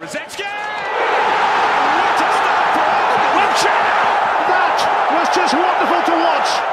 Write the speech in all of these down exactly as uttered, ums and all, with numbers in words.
Kulusevski! What a start for Arsenal! Wilshere! That was just wonderful to watch!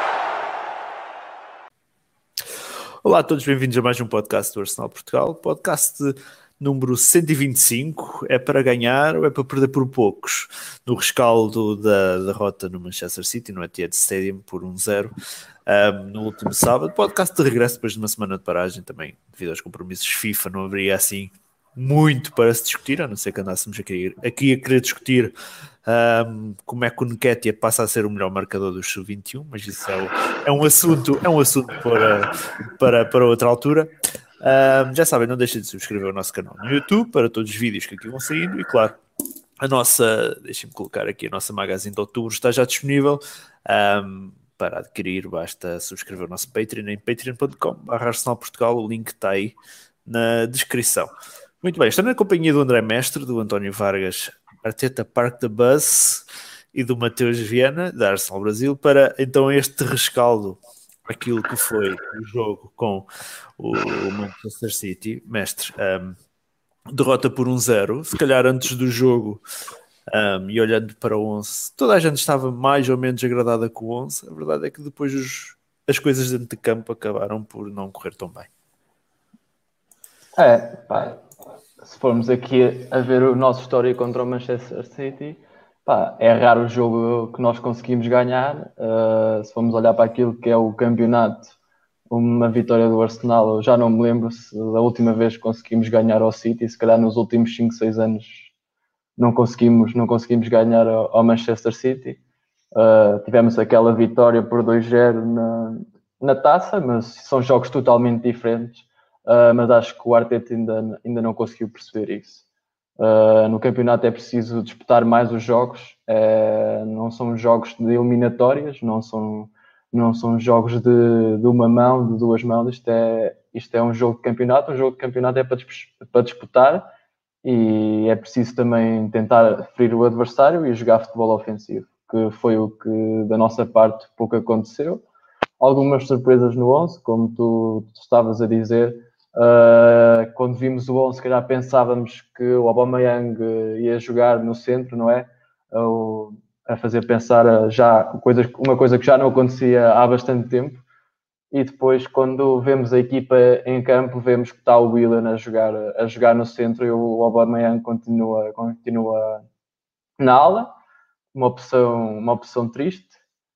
Olá a todos, bem-vindos a mais um podcast do Arsenal Portugal. Podcast número cento e vinte e cinco. É para ganhar ou é para perder por poucos? No rescaldo da derrota no Manchester City, no Etihad Stadium, por um zero, um, no último sábado. Podcast de regresso depois de uma semana de paragem também, devido aos compromissos FIFA, não haveria assim muito para se discutir, a não ser que andássemos aqui, aqui a querer discutir um, como é que o Nketiah passa a ser o melhor marcador do sub vinte e um, mas isso é, o, é um assunto, é um assunto para, para, para outra altura. Um, já sabem, não deixem de subscrever o nosso canal no YouTube para todos os vídeos que aqui vão saindo e claro, a nossa, deixem-me colocar aqui, a nossa magazine de outubro está já disponível. Um, para adquirir basta subscrever o nosso Patreon em patreon ponto com barra Arsenal Portugal, o link está aí na descrição. Muito bem, estou na companhia do André Mestre, do António Vargas, Arteta Park the Bus e do Mateus Viana, da Arsenal Brasil, para então este rescaldo, aquilo que foi o jogo com o Manchester City. Mestre, um, derrota por um zero, se calhar antes do jogo, um, e olhando para o onze, toda a gente estava mais ou menos agradada com o onze. A verdade é que depois os, as coisas dentro de campo acabaram por não correr tão bem. É, pá, se formos aqui a ver o nosso histórico contra o Manchester City, pá, é raro o jogo que nós conseguimos ganhar. Uh, se formos olhar para aquilo que é o campeonato, uma vitória do Arsenal, eu já não me lembro se da última vez que conseguimos ganhar ao City, se calhar nos últimos cinco, seis anos não conseguimos, não conseguimos ganhar ao, ao Manchester City. Uh, tivemos aquela vitória por dois zero na, na taça, mas são jogos totalmente diferentes. Uh, mas acho que o Arteta ainda, ainda não conseguiu perceber isso. Uh, no campeonato é preciso disputar mais os jogos, é, não são jogos de eliminatórias, não são, não são jogos de, de uma mão, de duas mãos, isto é, isto é um jogo de campeonato, um jogo de campeonato é para, para disputar e é preciso também tentar ferir o adversário e jogar futebol ofensivo, que foi o que da nossa parte pouco aconteceu. Algumas surpresas no onze, como tu, tu estavas a dizer. Uh, quando vimos o onze, se calhar pensávamos que o Aubameyang ia jogar no centro, não é? Uh, a fazer pensar uh, já coisas, uma coisa que já não acontecia há bastante tempo. E depois, quando vemos a equipa em campo, vemos que está o Willian a jogar, a jogar no centro e o Aubameyang continua, continua na ala. Uma opção, uma opção triste.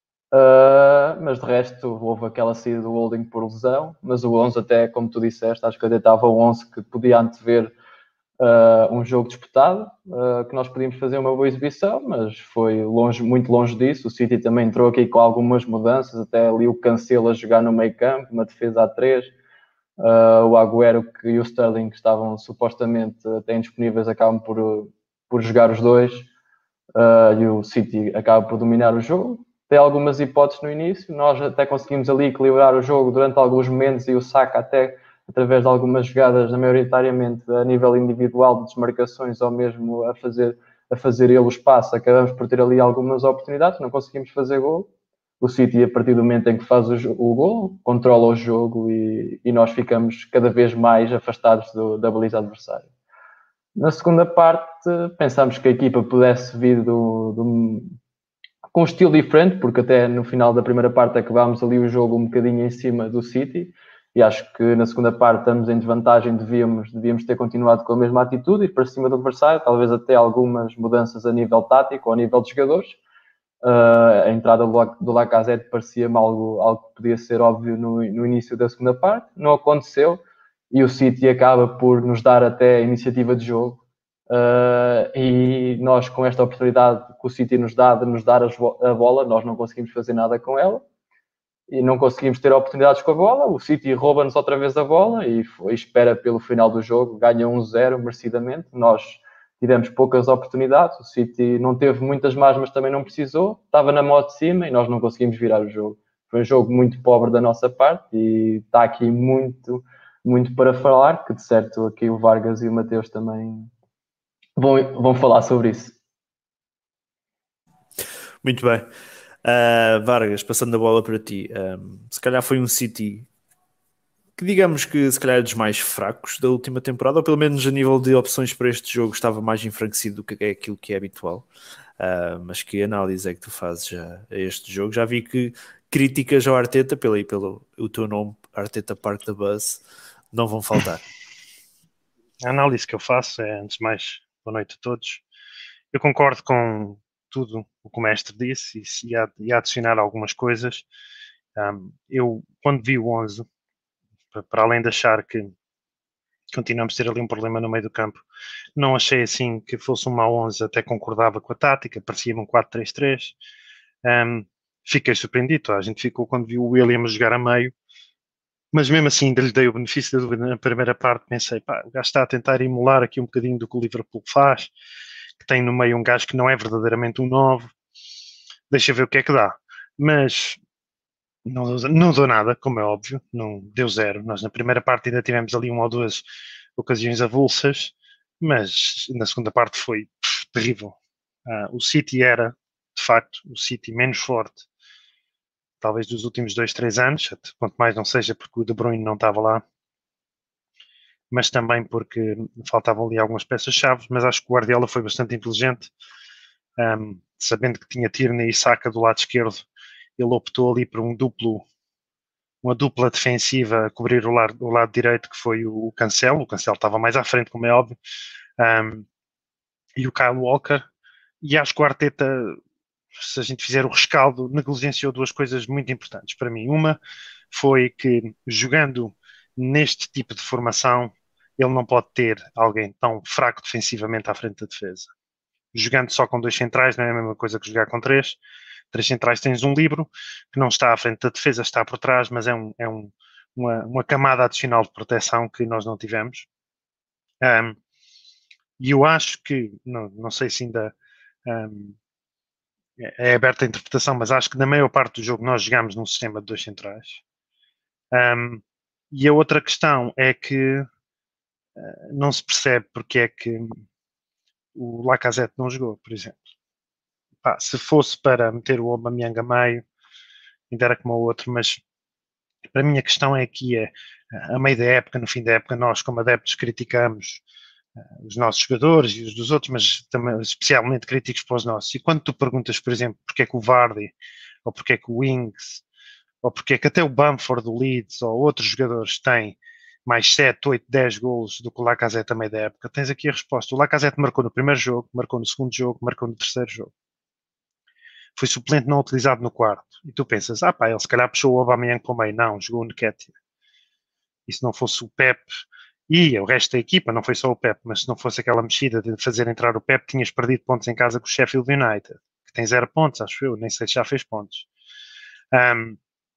Uh, mas de resto houve aquela saída do Holding por lesão, mas o onze até, como tu disseste, acho que até estava o onze que podia antever uh, um jogo disputado, uh, que nós podíamos fazer uma boa exibição, mas foi longe, muito longe disso. O City também entrou aqui com algumas mudanças, até ali o Cancelo a jogar no meio campo, uma defesa a três, uh, o Agüero que, e o Sterling que estavam supostamente até indisponíveis acabam por, por jogar os dois, uh, e o City acaba por dominar o jogo. Tem algumas hipóteses no início, nós até conseguimos ali equilibrar o jogo durante alguns momentos e o Saka até, através de algumas jogadas, maioritariamente a nível individual de desmarcações ou mesmo a fazer, a fazer ele o espaço, acabamos por ter ali algumas oportunidades, não conseguimos fazer gol. O City, a partir do momento em que faz o, o gol, controla o jogo e, e nós ficamos cada vez mais afastados do, da baliza adversária. Na segunda parte, pensámos que a equipa pudesse vir do... do com um estilo diferente, porque até no final da primeira parte acabámos ali o jogo um bocadinho em cima do City, e acho que na segunda parte estamos em desvantagem, devíamos, devíamos ter continuado com a mesma atitude, ir para cima do adversário, talvez até algumas mudanças a nível tático ou a nível de jogadores. Uh, a entrada do Lacazette parecia-me algo, algo que podia ser óbvio no, no início da segunda parte, não aconteceu, e o City acaba por nos dar até a iniciativa de jogo. Uh, e nós, com esta oportunidade que o City nos dá de nos dar a bola, nós não conseguimos fazer nada com ela e não conseguimos ter oportunidades com a bola. O City rouba-nos outra vez a bola e foi, espera pelo final do jogo, ganha um zero merecidamente. Nós tivemos poucas oportunidades, o City não teve muitas más, mas também não precisou, estava na mão de cima e nós não conseguimos virar o jogo. Foi um jogo muito pobre da nossa parte e está aqui muito, muito para falar, que de certo aqui o Vargas e o Mateus também Vão, vão falar sobre isso. Muito bem. Uh, Vargas, passando a bola para ti. Um, se calhar foi um City que digamos que se calhar é dos mais fracos da última temporada, ou pelo menos a nível de opções para este jogo estava mais enfraquecido do que é aquilo que é habitual. Uh, mas que análise é que tu fazes a, a este jogo? Já vi que críticas ao Arteta, pelo, pelo o teu nome, Arteta Park the Bus, não vão faltar. A análise que eu faço é, antes de mais, boa noite a todos. Eu concordo com tudo o que o mestre disse e, e, a, e a adicionar algumas coisas. Um, eu, quando vi o onze, para além de achar que continuamos a ter ali um problema no meio do campo, não achei assim que fosse uma onze, até concordava com a tática, parecia um quatro três três. Um, fiquei surpreendido, a gente ficou quando viu o Williams jogar a meio, mas mesmo assim ainda lhe dei o benefício da dúvida na primeira parte. Pensei, pá, o gajo está a tentar emular aqui um bocadinho do que o Liverpool faz, que tem no meio um gajo que não é verdadeiramente um nove, deixa ver o que é que dá. Mas não, não deu nada, como é óbvio, não deu zero. Nós na primeira parte ainda tivemos ali uma ou duas ocasiões avulsas, mas na segunda parte foi pff, terrível. Uh, o City era, de facto, o City menos forte, talvez dos últimos dois, três anos, quanto mais não seja porque o De Bruyne não estava lá, mas também porque faltavam ali algumas peças-chave. Mas acho que o Guardiola foi bastante inteligente, um, sabendo que tinha Tierney e Saka do lado esquerdo, ele optou ali por um duplo, uma dupla defensiva a cobrir o lado, o lado direito, que foi o Cancelo. O Cancelo estava mais à frente, como é óbvio, um, e o Kyle Walker. E acho que o Arteta, se a gente fizer o rescaldo, negligenciou duas coisas muito importantes para mim. Uma foi que, jogando neste tipo de formação, ele não pode ter alguém tão fraco defensivamente à frente da defesa. Jogando só com dois centrais não é a mesma coisa que jogar com três. Três centrais tens um livro que não está à frente da defesa, está por trás, mas é, um, é um, uma, uma camada adicional de proteção que nós não tivemos. Um, e eu acho que, não, não sei se ainda um, é aberta a interpretação, mas acho que na maior parte do jogo nós jogamos num sistema de dois centrais. Um, e a outra questão é que uh, não se percebe porque é que o Lacazette não jogou, por exemplo. Pá, se fosse para meter o Aubameyang a meio, ainda era como o outro, mas para mim a questão é que é, a meio da época, no fim da época, nós como adeptos criticamos uh, os nossos jogadores e os dos outros, mas também especialmente críticos para os nossos. E quando tu perguntas, por exemplo, porque é que o Vardy, ou porque é que o Ings, ou porque é que até o Bamford do Leeds, ou outros jogadores têm mais sete, oito, dez golos do que o Lacazette a meio da época, tens aqui a resposta. O Lacazette marcou no primeiro jogo, marcou no segundo jogo, marcou no terceiro jogo. Foi suplente não utilizado no quarto. E tu pensas, ah pá, ele se calhar puxou o Aubameyang para o meio. Não, jogou o Nketiah. E se não fosse o Pep e o resto da equipa, não foi só o Pep, mas se não fosse aquela mexida de fazer entrar o Pep, tinhas perdido pontos em casa com o Sheffield United, que tem zero pontos, acho eu, nem sei se já fez pontos. Um,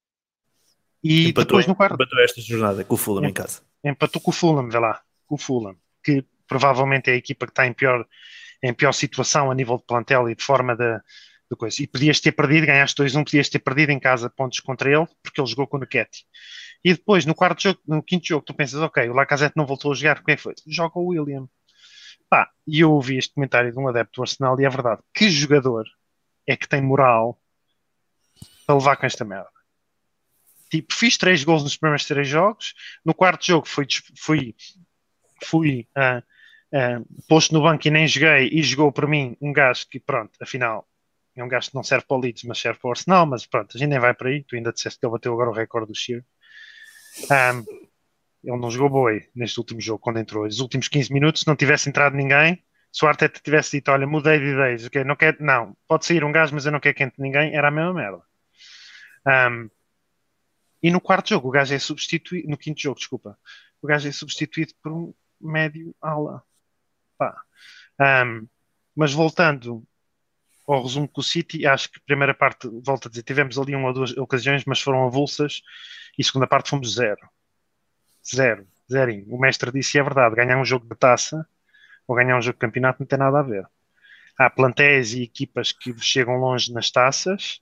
e empatou, depois no quarto... Empatou esta jornada com o Fulham em casa. Empatou com o Fulham, vê lá, com o Fulham, que provavelmente é a equipa que está em pior, em pior situação a nível de plantel e de forma de coisa. E podias ter perdido, ganhaste dois a um, podias ter perdido em casa pontos contra ele, porque ele jogou com o Nketiah. E depois, no quarto jogo, no quinto jogo, tu pensas, ok, o Lacazette não voltou a jogar, porque foi? Joga o William. Pá, e eu ouvi este comentário de um adepto do Arsenal e é verdade. Que jogador é que tem moral para levar com esta merda? Tipo, fiz três gols nos primeiros três jogos, no quarto jogo fui, fui, fui uh, uh, posto no banco e nem joguei, e jogou por mim um gajo que, pronto, afinal é um gajo que não serve para o Leeds, mas serve para o Arsenal, mas pronto, a gente nem vai para aí. Tu ainda disseste que ele bateu agora o recorde do Shearer. Um, ele não jogou boi neste último jogo, quando entrou. Os últimos quinze minutos, se não tivesse entrado ninguém, se o Arteta tivesse dito, olha, mudei de ideias, okay, não, quero, não, pode sair um gajo, mas eu não quero que entre ninguém, era a mesma merda. Um, e no quarto jogo, o gajo é substituído, no quinto jogo, desculpa, o gajo é substituído por um médio ala. Pá. Um, mas voltando ao resumo com o City, acho que a primeira parte, volto a dizer, tivemos ali uma ou duas ocasiões, mas foram avulsas, e a segunda parte fomos zero. Zero. Zerinho. O mestre disse, e é verdade, ganhar um jogo de taça ou ganhar um jogo de campeonato não tem nada a ver. Há plantéis e equipas que chegam longe nas taças.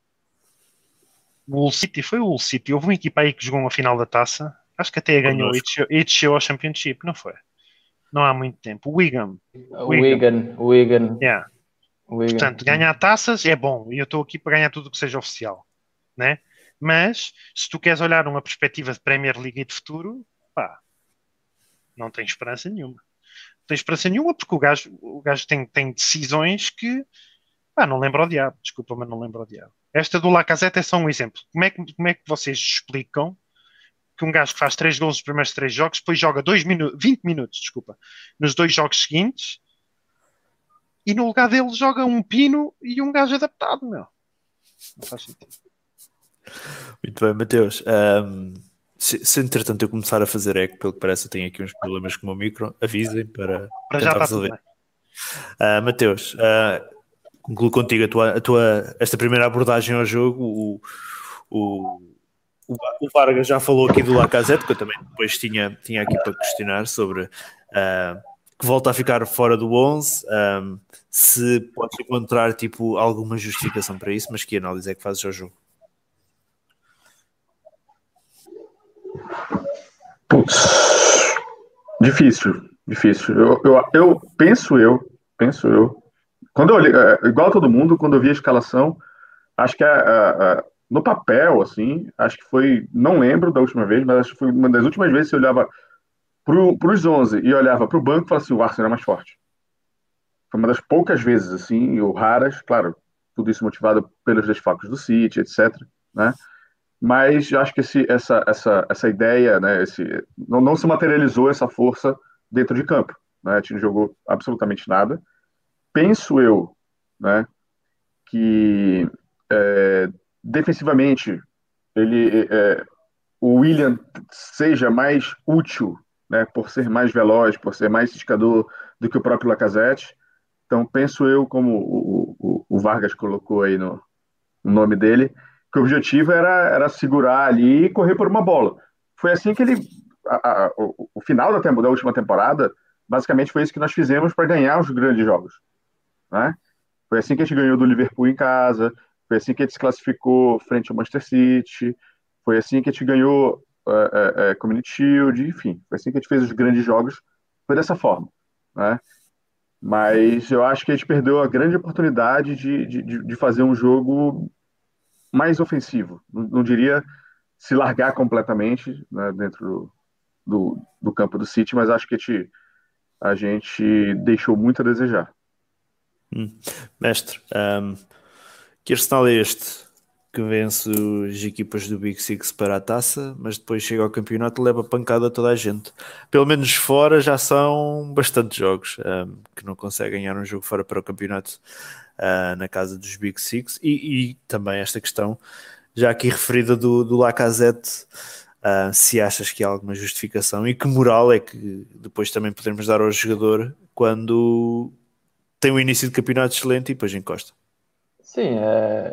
O Hull City, foi o Hull City, houve uma equipa aí que jogou uma final da taça, acho que até a ganhou e desceu ao Championship, não foi? Não há muito tempo. O Wigan. O Wigan. O Wigan. Yeah. Portanto, ganhar taças é bom e eu estou aqui para ganhar tudo o que seja oficial, né? Mas, se tu queres olhar numa perspectiva de Premier League e de futuro, pá, não tem esperança nenhuma. Não tem esperança nenhuma porque o gajo, o gajo tem, tem decisões que, pá, não lembro o diabo. Desculpa, mas não lembro o diabo. Esta do Lacazette é só um exemplo. Como é que, como é que vocês explicam que um gajo que faz três gols nos primeiros três jogos, depois joga dois minutos, vinte minutos, desculpa, nos dois jogos seguintes, e no lugar dele joga um Pino e um gajo adaptado, meu. Não faz sentido. Muito bem, Mateus. Um, se, se entretanto eu começar a fazer eco, pelo que parece eu tenho aqui uns problemas com o meu micro, avisem para, para tentar já resolver. Uh, Mateus, uh, concluo contigo a tua, a tua, esta primeira abordagem ao jogo. O, o, o Vargas já falou aqui do Lacazette, que eu também depois tinha, tinha aqui para questionar sobre uh, que volta a ficar fora do onze, um, se podes encontrar tipo, alguma justificação para isso, mas que análise é que fazes ao jogo? Putz, difícil, difícil. Eu, eu, eu penso eu, penso eu. Quando eu olhei, igual todo mundo, quando eu vi a escalação, acho que a, a, a, no papel, assim, acho que foi, não lembro da última vez, mas acho que foi uma das últimas vezes que eu olhava para os onze e olhava para o banco e falava assim, o Arsenal é mais forte. Foi uma das poucas vezes, assim, ou raras, claro, tudo isso motivado pelos desfalques do City, etcétera, né? Mas eu acho que esse, essa, essa, essa ideia, né, esse, não, não se materializou essa força dentro de campo. Né? A gente não jogou absolutamente nada. Penso eu, né, que é, defensivamente ele, é, o William seja mais útil, né, por ser mais veloz, por ser mais ciscador do que o próprio Lacazette. Então penso eu, como o, o, o Vargas colocou aí no, no nome dele, que o objetivo era, era segurar ali e correr por uma bola. Foi assim que ele. A, a, o, o final da, da última temporada, basicamente foi isso que nós fizemos para ganhar os grandes jogos. Né? Foi assim que a gente ganhou do Liverpool em casa, foi assim que a gente se classificou frente ao Manchester City, foi assim que a gente ganhou a uh, uh, uh, Community Shield, enfim, foi assim que a gente fez os grandes jogos, foi dessa forma. Né? Mas eu acho que a gente perdeu a grande oportunidade de, de, de fazer um jogo mais ofensivo, não, não diria se largar completamente, né, dentro do, do, do campo do City, mas acho que a gente, a gente deixou muito a desejar. Hum. Mestre, um, que Arsenal é este que vence as equipas do Big Six para a taça, mas depois chega ao campeonato e leva pancada a toda a gente? Pelo menos fora já são bastantes jogos um, que não consegue ganhar um jogo fora para o campeonato uh, na casa dos Big Six, e, e também esta questão já aqui referida do, do Lacazette, uh, se achas que há alguma justificação e que moral é que depois também podemos dar ao jogador quando tem um início de campeonato excelente e depois encosta. Sim, é...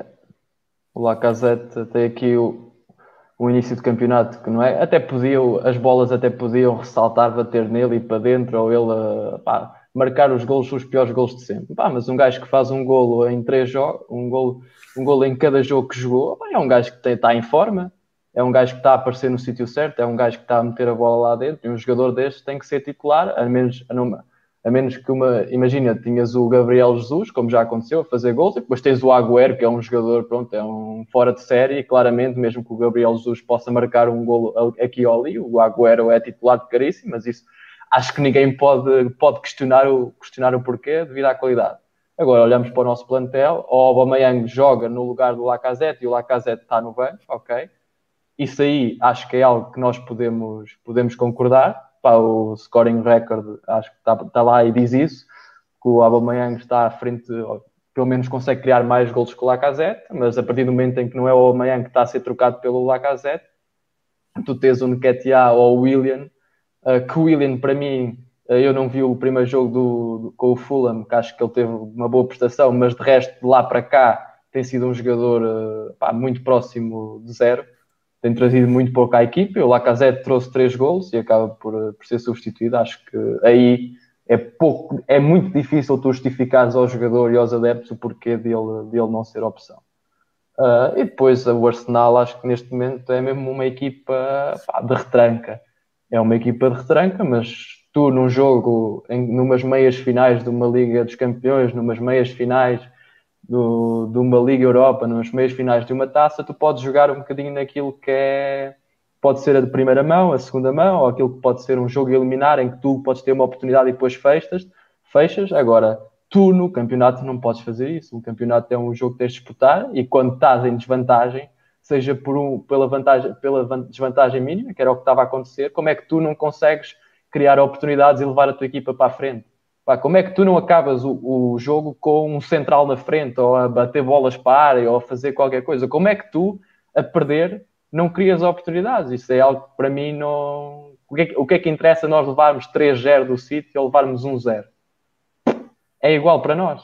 o Lacazette tem aqui o, o início de campeonato que não é, até podiam, as bolas até podiam ressaltar, bater nele e para dentro, ou ele pá, marcar os golos, os piores golos de sempre. Pá, mas um gajo que faz um golo em três jogos, um golo, um golo em cada jogo que jogou, pá, é um gajo que está em forma, é um gajo que está a aparecer no sítio certo, é um gajo que está a meter a bola lá dentro, e um jogador deste tem que ser titular, a menos, a não, a menos que uma, imagina, tinhas o Gabriel Jesus, como já aconteceu, a fazer gols, e depois tens o Agüero, que é um jogador, pronto, é um fora de série, e claramente, mesmo que o Gabriel Jesus possa marcar um golo aqui ou ali, o Agüero é titular de caríssimo, mas isso acho que ninguém pode, pode questionar, o, questionar o porquê devido à qualidade. Agora, olhamos para o nosso plantel, o Aubameyang joga no lugar do Lacazette, e o Lacazette está no banco, ok? Isso aí, acho que é algo que nós podemos, podemos concordar. Pá, o scoring record acho que está, está lá e diz isso, que o Aubameyang está à frente, pelo menos consegue criar mais golos que o Lacazette, mas a partir do momento em que não é o Aubameyang que está a ser trocado pelo Lacazette, tu tens o Nketiah ou o Willian, uh, que o Willian para mim, uh, eu não vi o primeiro jogo do, do, com o Fulham, que acho que ele teve uma boa prestação, mas de resto de lá para cá tem sido um jogador uh, pá, muito próximo de zero. Tem trazido muito pouco à equipe. O Lacazette trouxe três golos e acaba por, por ser substituído. Acho que aí é pouco, é muito difícil tu justificares ao jogador e aos adeptos o porquê dele, dele não ser opção. Uh, e depois o Arsenal, acho que neste momento é mesmo uma equipa pá, de retranca. É uma equipa de retranca, mas tu num jogo, em numas meias finais de uma Liga dos Campeões, numas meias finais do, de uma Liga Europa, nos meios finais de uma taça, tu podes jogar um bocadinho naquilo que é, pode ser a de primeira mão, a segunda mão, ou aquilo que pode ser um jogo a eliminar, em que tu podes ter uma oportunidade e depois fechas, fechas. Agora, tu no campeonato não podes fazer isso. Um campeonato é um jogo que tens de disputar, e quando estás em desvantagem, seja por um, pela, vantagem, pela desvantagem mínima, que era o que estava a acontecer, como é que tu não consegues criar oportunidades e levar a tua equipa para a frente? Pá, como é que tu não acabas o, o jogo com um central na frente, ou a bater bolas para a área, ou a fazer qualquer coisa? Como é que tu, a perder, não crias oportunidades? Isso é algo que para mim não... O que é que, o que, é que interessa nós levarmos três zero do City ou levarmos um zero? É igual para nós.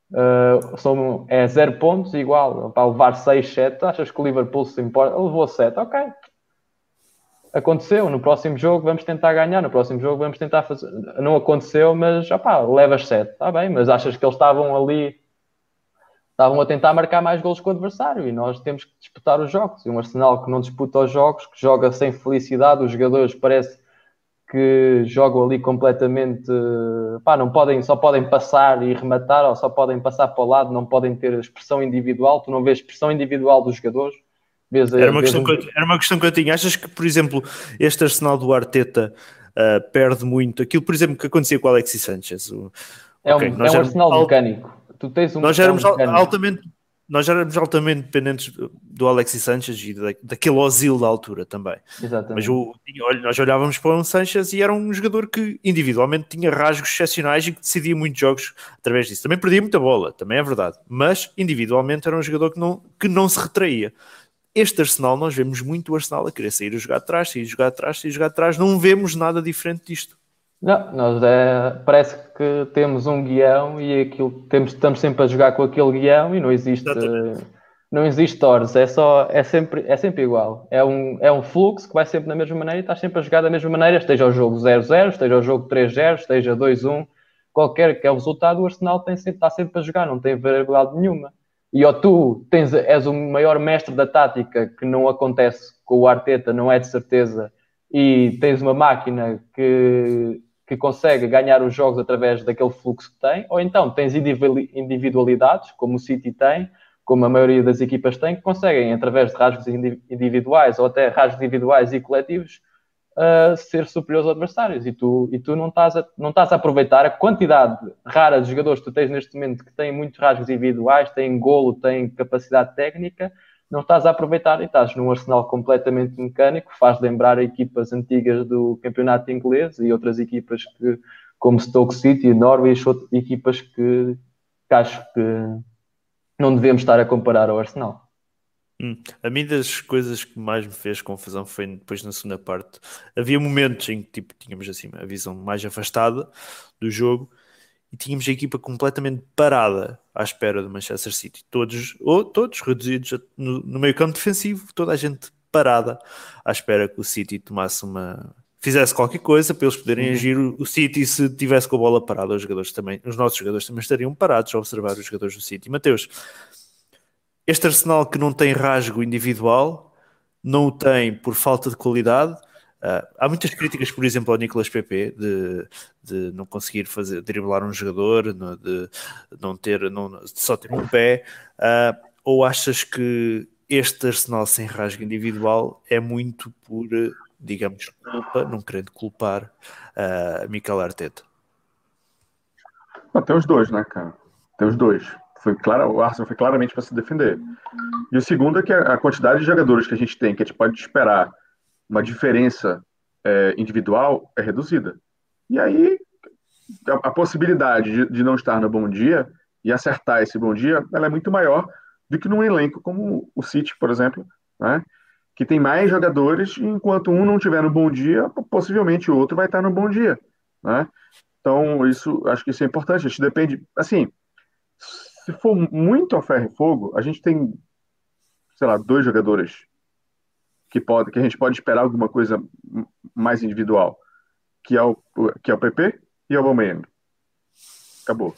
Uh, são, é zero pontos igual. Para levar seis, sete, achas que o Liverpool se importa? Levou sete, ok. Aconteceu, no próximo jogo vamos tentar ganhar, no próximo jogo vamos tentar fazer. Não aconteceu, mas opá, levas sete, está bem, mas achas que eles estavam ali, estavam a tentar marcar mais golos que o adversário, e nós temos que disputar os jogos. E um Arsenal que não disputa os jogos, que joga sem felicidade, os jogadores parece que jogam ali completamente, pá, não podem, só podem passar e rematar, ou só podem passar para o lado, não podem ter expressão individual. Tu não vês expressão individual dos jogadores. Vês, Era uma, vês questão um... que eu, era uma questão que eu tinha. Achas que, por exemplo, este Arsenal do Arteta uh, perde muito aquilo, por exemplo, que acontecia com o Alexis Sanchez? O, é, okay, um, é um Arsenal alt... mecânico. Tu tens um, nós éramos é um altamente nós éramos altamente dependentes do Alexis Sanchez e da, daquele Ozil da altura também. Exatamente. Mas o, olha, nós olhávamos para um Sanchez e era um jogador que individualmente tinha rasgos excepcionais e que decidia muitos jogos através disso. Também perdia muita bola, também é verdade. Mas individualmente era um jogador que não, que não se retraía. Este Arsenal, nós vemos muito o Arsenal a querer sair a jogar atrás, sair a jogar atrás, sair a jogar atrás. Não vemos nada diferente disto. Não, nós é, parece que temos um guião e aquilo, temos, estamos sempre a jogar com aquele guião e não existe, não existe torres, é, só, é, sempre, é sempre igual. É um, é um fluxo que vai sempre da mesma maneira e estás sempre a jogar da mesma maneira, esteja o jogo zero zero, esteja o jogo três zero, esteja dois um, qualquer que é o resultado, o Arsenal tem sempre, está sempre a jogar, não tem variabilidade nenhuma. E ou tu tens, és o maior mestre da tática, que não acontece com o Arteta, não é de certeza, e tens uma máquina que, que consegue ganhar os jogos através daquele fluxo que tem, ou então tens individualidades, como o City tem, como a maioria das equipas tem, que conseguem, através de rasgos individuais ou até rasgos individuais e coletivos, uh, ser superiores aos adversários. E tu, e tu não, estás a, não estás a aproveitar a quantidade rara de jogadores que tu tens neste momento, que têm muitos rasgos individuais, têm golo, têm capacidade técnica, não estás a aproveitar e estás num Arsenal completamente mecânico, faz lembrar equipas antigas do campeonato inglês e outras equipas que, como Stoke City, Norwich, outras equipas que, que acho que não devemos estar a comparar ao Arsenal. Hum. A mim, das coisas que mais me fez confusão foi depois na segunda parte. Havia momentos em que tipo, tínhamos assim a visão mais afastada do jogo e tínhamos a equipa completamente parada à espera do Manchester City. Todos, ou todos reduzidos no, no meio campo defensivo, toda a gente parada à espera que o City tomasse uma... fizesse qualquer coisa para eles poderem uhum. agir. O City, se tivesse com a bola parada, os jogadores também, os nossos jogadores também estariam parados a observar os jogadores do City. Mateus, este Arsenal que não tem rasgo individual, não o tem por falta de qualidade. Uh, há muitas críticas, por exemplo, ao Nicolas Pepe de, de não conseguir fazer, driblar um jogador, no, de não ter, não, de só ter um pé. Uh, ou achas que este Arsenal sem rasgo individual é muito por, digamos, culpa, não querendo culpar uh, Mikel Arteta? Não, tem os dois, né, cara? Tem os dois. Foi claro, o Arsenal foi claramente para se defender. E o segundo é que a quantidade de jogadores que a gente tem, que a gente pode esperar uma diferença é, individual, é reduzida. E aí, a, a possibilidade de, de não estar no bom dia e acertar esse bom dia, ela é muito maior do que num elenco como o City, por exemplo, né? Que tem mais jogadores, e enquanto um não estiver no bom dia, possivelmente o outro vai estar no bom dia, né? Então, isso, acho que isso é importante. A gente depende, assim, se for muito a ferro e fogo, a gente tem, sei lá, dois jogadores que, pode, que a gente pode esperar alguma coisa mais individual, que é o, que é o P P e o Aubameyang. Acabou.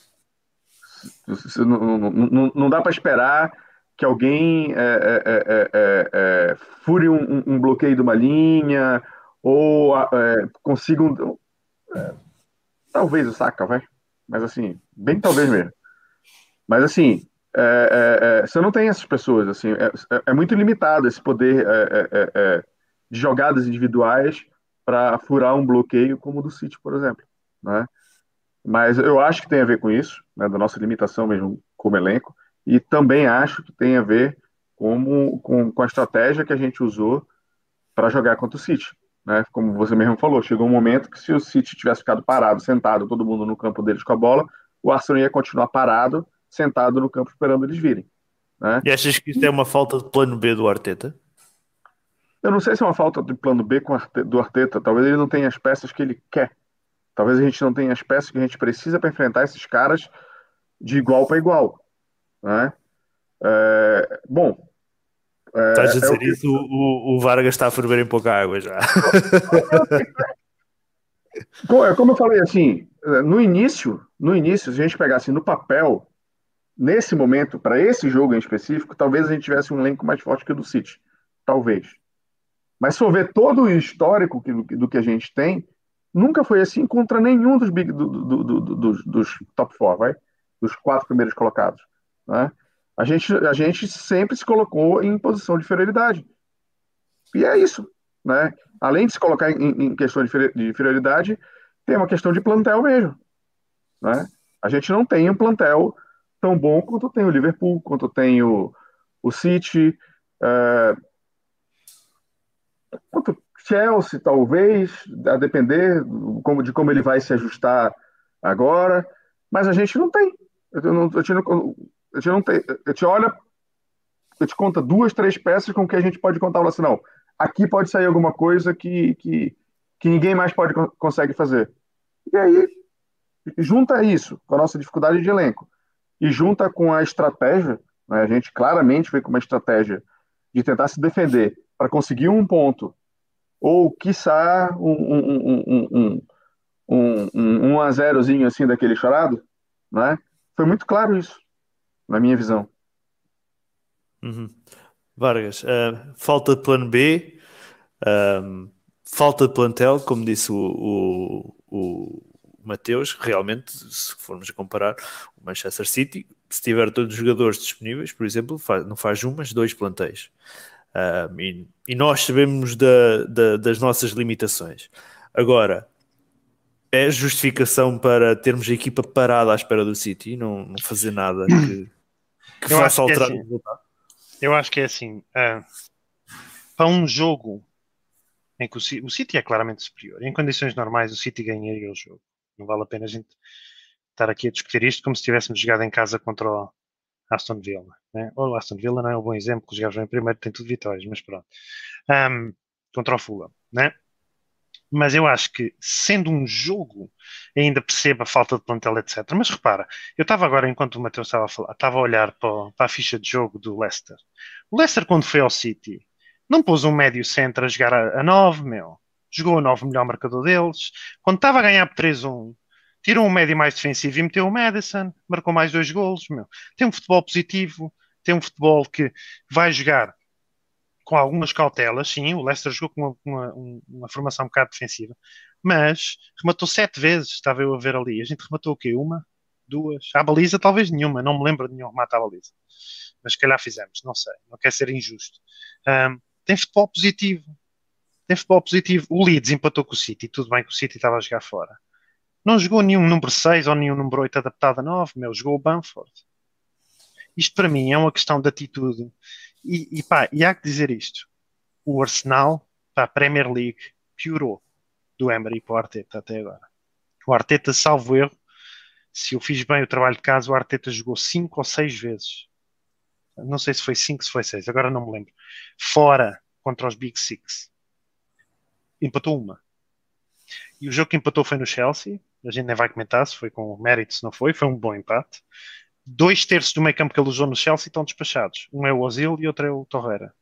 Não, não, não, não dá para esperar que alguém é, é, é, é, é, fure um, um bloqueio de uma linha ou é, consiga um... É, talvez o Saka, vai. Mas assim, bem talvez mesmo. Mas assim, é, é, é, você não tem essas pessoas, assim, é, é- é muito limitado esse poder é, é, é, é, de jogadas individuais para furar um bloqueio como o do City, por exemplo, né? Mas eu acho que tem a ver com isso, né, da nossa limitação mesmo como elenco, e também acho que tem a ver como, com, com a estratégia que a gente usou para jogar contra o City, né? Como você mesmo falou, chegou um momento que se o City tivesse ficado parado, sentado, todo mundo no campo deles com a bola, o Arsenal ia continuar parado, sentado no campo esperando eles virem, né? E achas que isto é uma falta de plano B do Arteta? Eu não sei se é uma falta de plano B com Arte- do Arteta, talvez ele não tenha as peças que ele quer, talvez a gente não tenha as peças que a gente precisa para enfrentar esses caras de igual para igual, né? É, bom, Estás a é, é o dizer que. isso, o, o Vargas está a ferver em pouca água já. Co- é como eu falei assim, é, no início, no início, se a gente pegasse no papel, nesse momento, para esse jogo em específico, talvez a gente tivesse um elenco mais forte que o do City. Talvez. Mas se for ver todo o histórico que- do, que do que a gente tem, nunca foi assim contra nenhum dos, big, do- do- do- do- dos, dos top four, vai? Dos quatro primeiros colocados, né? A gente, a gente sempre se colocou em posição de inferioridade. E é isso, né? Além de se colocar em, em questão de inferi- de inferioridade, tem uma questão de plantel mesmo, né? A gente não tem um plantel tão bom quanto tem o Liverpool, quanto tem o, o City, é, quanto o Chelsea, talvez, a depender do- como- de como ele vai se ajustar agora, mas a gente não tem. Eu não, eu te, não- eu te não tem. Eu te olha, eu te conta duas, três peças com que a gente pode contar, fala assim, não, aqui pode sair alguma coisa que, que, que ninguém mais pode consegue fazer. E aí, junta isso com a nossa dificuldade de elenco e junta com a estratégia, né, a gente claramente veio com uma estratégia de tentar se defender para conseguir um ponto, ou quiçá um, um, um, um, um, um, um, um a zerozinho assim daquele chorado, né? Foi muito claro isso, na minha visão. Uhum. Vargas, ah, falta de plano B, ahm, falta de plantel, como disse o, o, o Mateus, realmente, se formos a comparar o Manchester City, se tiver todos os jogadores disponíveis, por exemplo, faz- não faz um, mas dois plantéis. Ahm, e, e nós sabemos da- da- das nossas limitações. Agora, é justificação para termos a equipa parada à espera do City e não, não fazer nada que, que Eu faça acho que é alterar o assim. resultado. Eu acho que é assim. ah, para um jogo em que o, Ci- o City é claramente superior, em condições normais o City ganharia o jogo. Não vale a pena a gente estar aqui a discutir isto como se tivéssemos jogado em casa contra o Aston Villa. Né? Ou o Aston Villa não é um bom exemplo, que os gajos em primeiro têm tudo vitórias, mas pronto. Ahm, contra o Fulham, né? Mas eu acho que, sendo um jogo, ainda percebo a falta de plantel, etcétera. Mas repara, eu estava agora, enquanto o Matheus estava a falar, estava a olhar para, o- para a ficha de jogo do Leicester. O Leicester, quando foi ao City, não pôs um médio centro a jogar a, a nove, meu. Jogou a nove, o melhor marcador deles. Quando estava a ganhar por três a um, tirou um médio mais defensivo e meteu o Maddison, marcou mais dois golos, meu. Tem um futebol positivo, tem um futebol que vai jogar com algumas cautelas, sim, o Leicester jogou com uma, uma, uma formação um bocado defensiva, mas rematou sete vezes, estava eu a ver ali. A gente rematou o quê? Uma? Duas? À baliza, talvez nenhuma, não me lembro de nenhum remate à baliza. Mas se calhar fizemos, não sei, não quer ser injusto. Um, tem futebol positivo, tem futebol positivo. O Leeds empatou com o City, tudo bem que o City estava a jogar fora. Não jogou nenhum número seis ou nenhum número oito adaptado a nove, meu, jogou o Bamford. Isto para mim é uma questão de atitude. E, e pá, e há que dizer isto o Arsenal para a Premier League piorou do Emery para o Arteta até agora. O Arteta, salvo erro, se eu fiz bem o trabalho de casa, o Arteta jogou cinco ou seis vezes. Não sei se foi cinco, se foi seis, agora não me lembro. Fora contra os Big Six. Empatou uma. E o jogo que empatou foi no Chelsea. A gente nem vai comentar se foi com mérito, se não foi. Foi um bom empate. Dois terços do meio campo que ele usou no Chelsea estão despachados. Um é o Ozil e outro é o Torreira.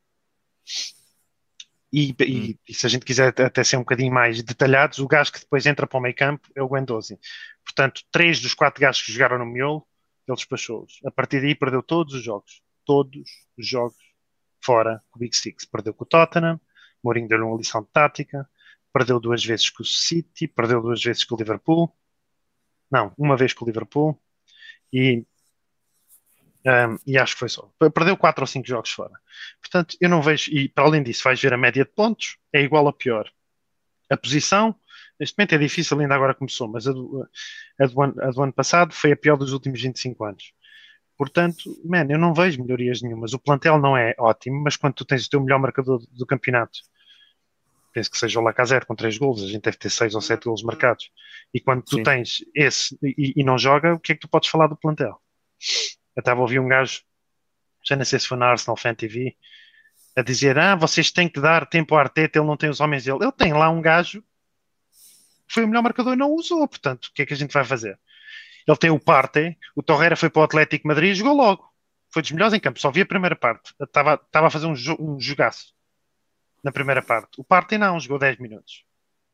E, Hum. e, e se a gente quiser até ser um bocadinho mais detalhados, o gajo que depois entra para o meio campo é o Guendouzi. Portanto, três dos quatro gajos que jogaram no miolo, ele despachou-os. A partir daí perdeu todos os jogos. Todos os jogos fora com o Big Six. Perdeu com o Tottenham, Mourinho deu-lhe uma lição de tática, perdeu duas vezes com o City, perdeu duas vezes com o Liverpool. Não, uma vez com o Liverpool. E Um, e acho que foi só. Perdeu quatro ou cinco jogos fora. Portanto, eu não vejo. E para além disso, vais ver a média de pontos, é igual a pior. A posição, neste momento é difícil, ainda agora começou, mas a do, a do, ano, a do ano passado foi a pior dos últimos vinte e cinco anos. Portanto, man, eu não vejo melhorias nenhumas. O plantel não é ótimo, mas quando tu tens o teu melhor marcador do, do campeonato, penso que seja o Lacazette com três golos, a gente deve ter seis ou sete golos marcados. E quando tu Sim. tens esse e, e não joga, o que é que tu podes falar do plantel? Eu estava a ouvir um gajo, já não sei se foi na Arsenal Fan T V, a dizer, ah, vocês têm que dar tempo ao Arteta, ele não tem os homens dele. Ele tem lá um gajo que foi o melhor marcador e não usou, portanto, o que é que a gente vai fazer? Ele tem o Partey, o Torreira foi para o Atlético de Madrid e jogou logo. Foi dos melhores em campo, só vi a primeira parte. Estava, estava a fazer um, jo- um jogaço na primeira parte. O Partey não, jogou dez minutos.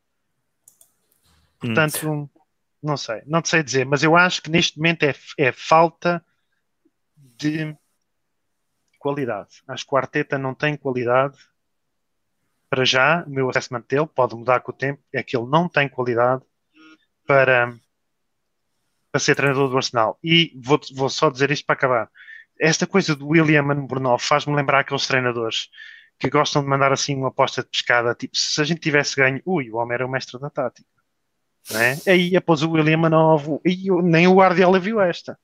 Portanto, hum. não sei, não te sei dizer, mas eu acho que neste momento é, é falta de qualidade. Acho que o Arteta não tem qualidade para já. O meu assessment dele pode mudar com o tempo. É que ele não tem qualidade para, para ser treinador do Arsenal. E vou, vou só dizer isto para acabar. Esta coisa do William Brunov faz-me lembrar aqueles treinadores que gostam de mandar assim uma aposta de pescada. Tipo, se a gente tivesse ganho, ui, o homem era o mestre da tática. Não é? Aí após o William Brunov, nem o Guardiola viu esta.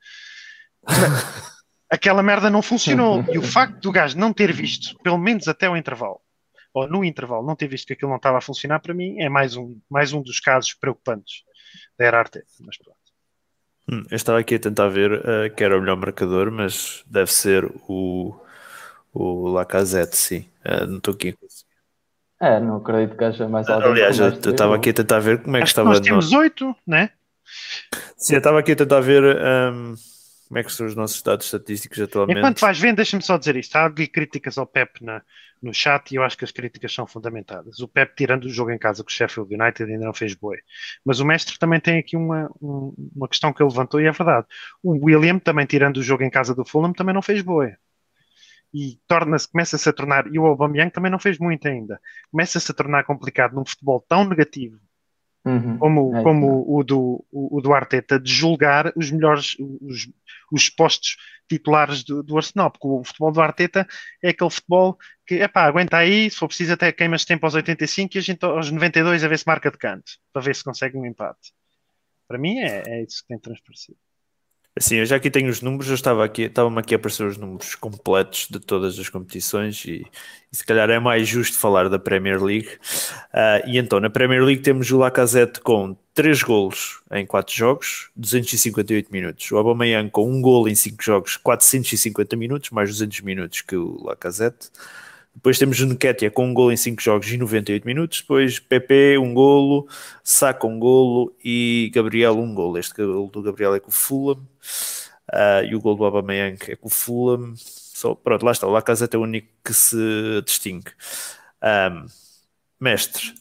Aquela merda não funcionou. E o facto do gajo não ter visto, pelo menos até o intervalo, ou no intervalo, não ter visto que aquilo não estava a funcionar, para mim é mais um, mais um dos casos preocupantes da era Arteta. Mas pronto. Hum, eu estava aqui a tentar ver uh, que era o melhor marcador, mas deve ser o, o Lacazette, sim. Uh, não estou aqui a conseguir. É, não acredito que haja mais alguém. Aliás, eu estava aqui a tentar ver como é que Acho estava. Que nós temos oito, né? Sim, eu estava aqui a tentar ver um, como é que são os nossos dados estatísticos atualmente. Enquanto vais vendo, deixa-me só dizer isto. Há ali críticas ao Pep na, no chat e eu acho que as críticas são fundamentadas. O Pep, tirando o jogo em casa com o Sheffield United, ainda não fez boi. Mas o mestre também tem aqui uma, um, uma questão que ele levantou e é verdade. O William, também tirando o jogo em casa do Fulham, também não fez boi. E torna-se, começa-se a tornar, e o Aubameyang também não fez muito ainda, começa-se a tornar complicado num futebol tão negativo uhum. como, é, como o, do, o, o do Arteta, de julgar os melhores, os, os postos titulares do, do Arsenal, porque o futebol do Arteta é aquele futebol que, epá, aguenta aí, se for preciso até queimas tempo aos oitenta e cinco e a gente aos noventa e dois a ver se marca de canto, para ver se consegue um empate. Para mim é, é isso que tem transparecido. Assim, eu já aqui tenho os números, eu estava aqui, estavam-me aqui a aparecer os números completos de todas as competições e, e se calhar é mais justo falar da Premier League. Uh, e então, na Premier League temos o Lacazette com três golos em quatro jogos, duzentos e cinquenta e oito minutos. O Aubameyang com um golo em cinco jogos, quatrocentos e cinquenta minutos, mais duzentos minutos que o Lacazette. Depois temos o Nketiah com um golo em cinco jogos e noventa e oito minutos. Depois Pepe, um golo. Saka, um golo. E Gabriel, um golo. Este golo do Gabriel é com o Fulham. Uh, e o golo do Aubameyang é com o Fulham. Só, pronto, lá está. O Lacazette é o único que se distingue. Um, mestre,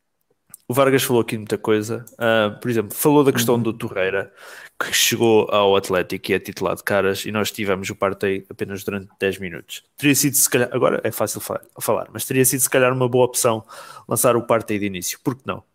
o Vargas falou aqui muita coisa. Uh, por exemplo, falou da questão do Torreira, que chegou ao Atlético e é titular de caras, e nós tivemos o Partey apenas durante dez minutos. Teria sido, se calhar, agora é fácil falar, mas teria sido, se calhar, uma boa opção lançar o Partey de início. Por que não?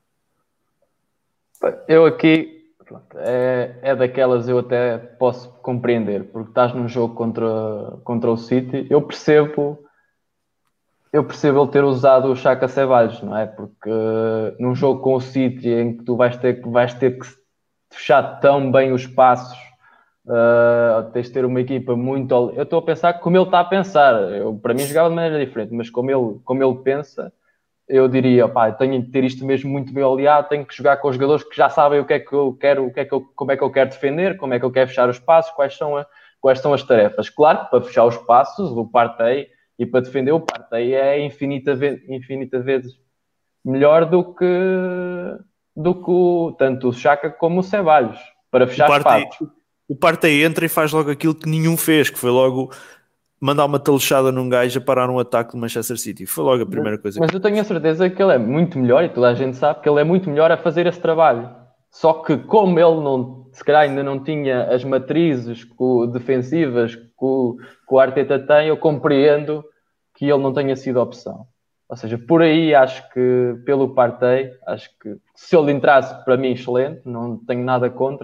Eu aqui, pronto, é, é daquelas eu até posso compreender, porque estás num jogo contra, contra o City, eu percebo... Eu percebo ele ter usado o Xhaka Ceballos, não é? Porque uh, num jogo com o City em que tu vais ter que, vais ter que fechar tão bem os passos, uh, tens de ter uma equipa muito... Eu estou a pensar como ele está a pensar. Eu, para mim jogava de maneira diferente, mas como ele, como ele pensa, eu diria, pá, tenho de ter isto mesmo muito bem oleado, tenho que jogar com os jogadores que já sabem o que é que eu quero, o que é que eu, como é que eu quero defender, como é que eu quero fechar os passos, quais são, a, quais são as tarefas. Claro que para fechar os passos, o Partey... E para defender o Partey é infinita, ve- infinita vezes melhor do que, do que o, tanto o Xhaka como o Ceballos, para fechar o Partey, espaços. O Partey entra e faz logo aquilo que nenhum fez, que foi logo mandar uma talechada num gajo a parar um ataque do Manchester City. Foi logo a primeira coisa. Mas, mas eu tenho a certeza que ele é muito melhor, e toda a gente sabe que ele é muito melhor a fazer esse trabalho. Só que como ele não, se calhar ainda não tinha as matrizes defensivas que o, que o Arteta tem, eu compreendo que ele não tenha sido opção. Ou seja, por aí acho que pelo Partey, acho que se ele entrasse para mim excelente, não tenho nada contra,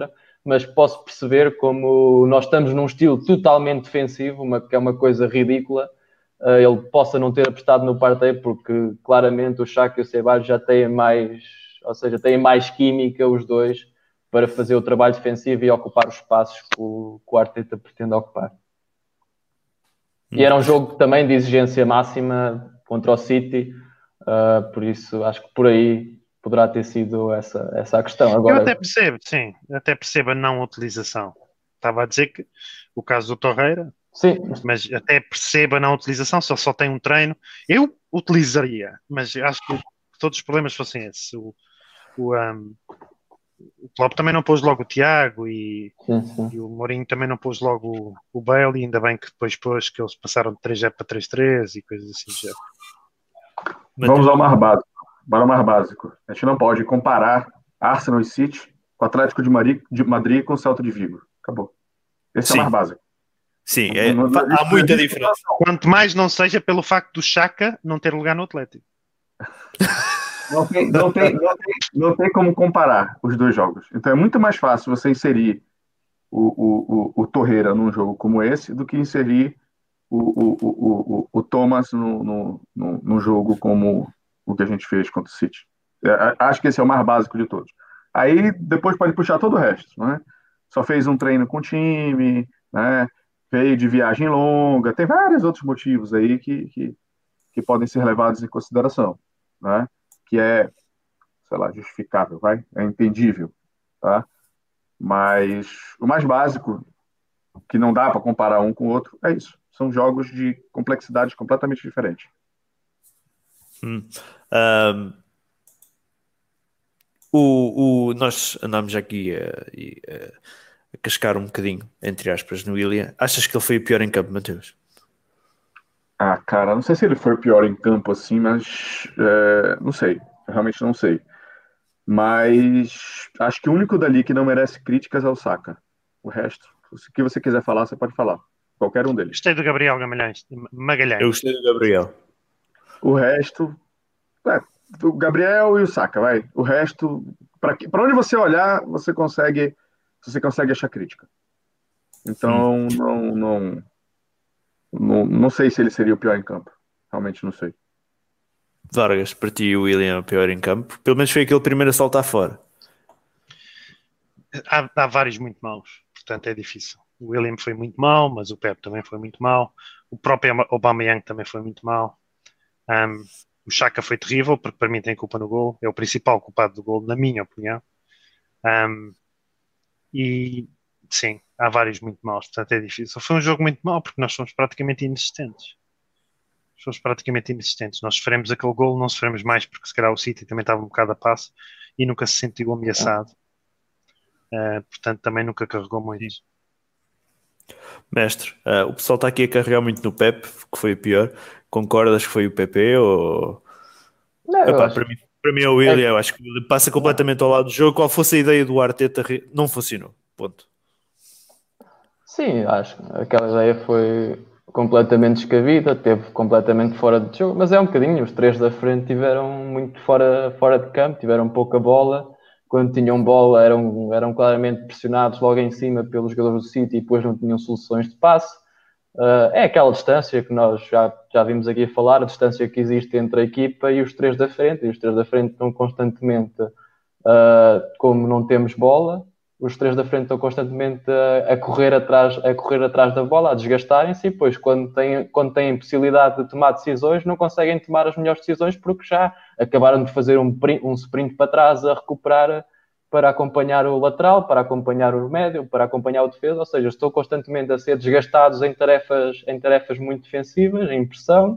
mas posso perceber como nós estamos num estilo totalmente defensivo, uma, que é uma coisa ridícula, uh, ele possa não ter apostado no Partey, porque claramente o Xhaka e o Ceballos já têm mais, ou seja, têm mais química os dois para fazer o trabalho defensivo e ocupar os espaços que o, que o Arteta pretende ocupar. Hum. E era um jogo também de exigência máxima contra o City, uh, por isso acho que por aí poderá ter sido essa, essa a questão. Agora, eu até percebo, sim, até percebo a não utilização. Estava a dizer que o caso do Torreira, sim, mas até percebo a não utilização, se ele só tem um treino. Eu utilizaria, mas acho que todos os problemas fossem esses. O, o, um, o Klopp também não pôs logo o Tiago e, sim, sim. e o Mourinho também não pôs logo o, o Bailey, ainda bem que depois pôs que eles passaram de três para três três e coisas assim. Já. Vamos ao mais básico. Bora mais básico. A gente não pode comparar Arsenal e City com o Atlético de Madrid, de Madrid com o Celta de Vigo. Acabou. Esse Sim. é o mais básico. Sim, é, não, não, há muita diferença. Quanto mais não seja pelo facto do Xhaka não ter lugar no Atlético. Não tem, não, tem, não, tem, não tem como comparar os dois jogos. Então é muito mais fácil você inserir o, o, o, o Torreira num jogo como esse do que inserir o, o, o, o, o Thomas no, no, no, no jogo como o que a gente fez contra o City. É, acho que esse é o mais básico de todos. Aí depois pode puxar todo o resto, né? Só fez um treino com o time, né? Veio de viagem longa, tem vários outros motivos aí que, que, que podem ser levados em consideração, né? Que é, sei lá, justificável, vai? É entendível, tá? Mas o mais básico, que não dá para comparar um com o outro, é isso. São jogos de complexidades completamente diferentes. Hum. Um, o, o, nós andámos aqui a, a, a cascar um bocadinho, entre aspas, no Willian. Achas que ele foi o pior em campo, Mateus? Ah, cara, não sei se ele foi o pior em campo assim, mas é, não sei, realmente não sei. Mas acho que o único dali que não merece críticas é o Saka. O resto, o que você quiser falar, você pode falar. Qualquer um deles. Gostei do Gabriel Magalhães. Magalhães. Eu gostei do Gabriel. O resto, é, o Gabriel e o Saka, vai. O resto, para onde você olhar, você consegue, você consegue achar crítica. Então, hum. não, não, não, não sei se ele seria o pior em campo. Realmente não sei. Vargas, para ti o Willian é o pior em campo. Pelo menos foi aquele primeiro a saltar fora. Há, há vários muito maus, portanto é difícil. O Willian foi muito mau, mas o Pep também foi muito mau. O próprio Aubameyang também foi muito mau. Um, o Xhaka foi terrível, porque para mim tem culpa no gol. É o principal culpado do gol, na minha opinião. Um, e sim, há vários muito maus, portanto é difícil. Foi um jogo muito mau, porque nós fomos praticamente inexistentes. Fomos praticamente inexistentes. Nós sofremos aquele gol, não sofremos mais, porque se calhar o City também estava um bocado a passo e nunca se sentiu ameaçado. Uh, portanto, também nunca carregou muito. Mestre, uh, o pessoal está aqui a carregar muito no Pep, que foi o pior. Concordas que foi o P P ou... Não, Epá, acho... para, mim, para mim é o Willian, é... eu acho que ele passa completamente ao lado do jogo. Qual fosse a ideia do Arteta, não funcionou. Ponto. Sim, acho que aquela ideia foi completamente descabida, teve completamente fora de jogo, mas é um bocadinho, os três da frente tiveram muito fora, fora de campo, tiveram pouca bola, quando tinham bola eram, eram claramente pressionados logo em cima pelos jogadores do City e depois não tinham soluções de passe. Uh, é aquela distância que nós já, já vimos aqui a falar, a distância que existe entre a equipa e os três da frente, e os três da frente estão constantemente, uh, como não temos bola, os três da frente estão constantemente a, a, correr, atrás, a correr atrás da bola, a desgastarem-se, e depois, quando têm, quando têm possibilidade de tomar decisões, não conseguem tomar as melhores decisões porque já acabaram de fazer um, um sprint para trás a recuperar para acompanhar o lateral, para acompanhar o médio, para acompanhar o defesa, ou seja, estão constantemente a ser desgastados em tarefas, em tarefas muito defensivas, em pressão,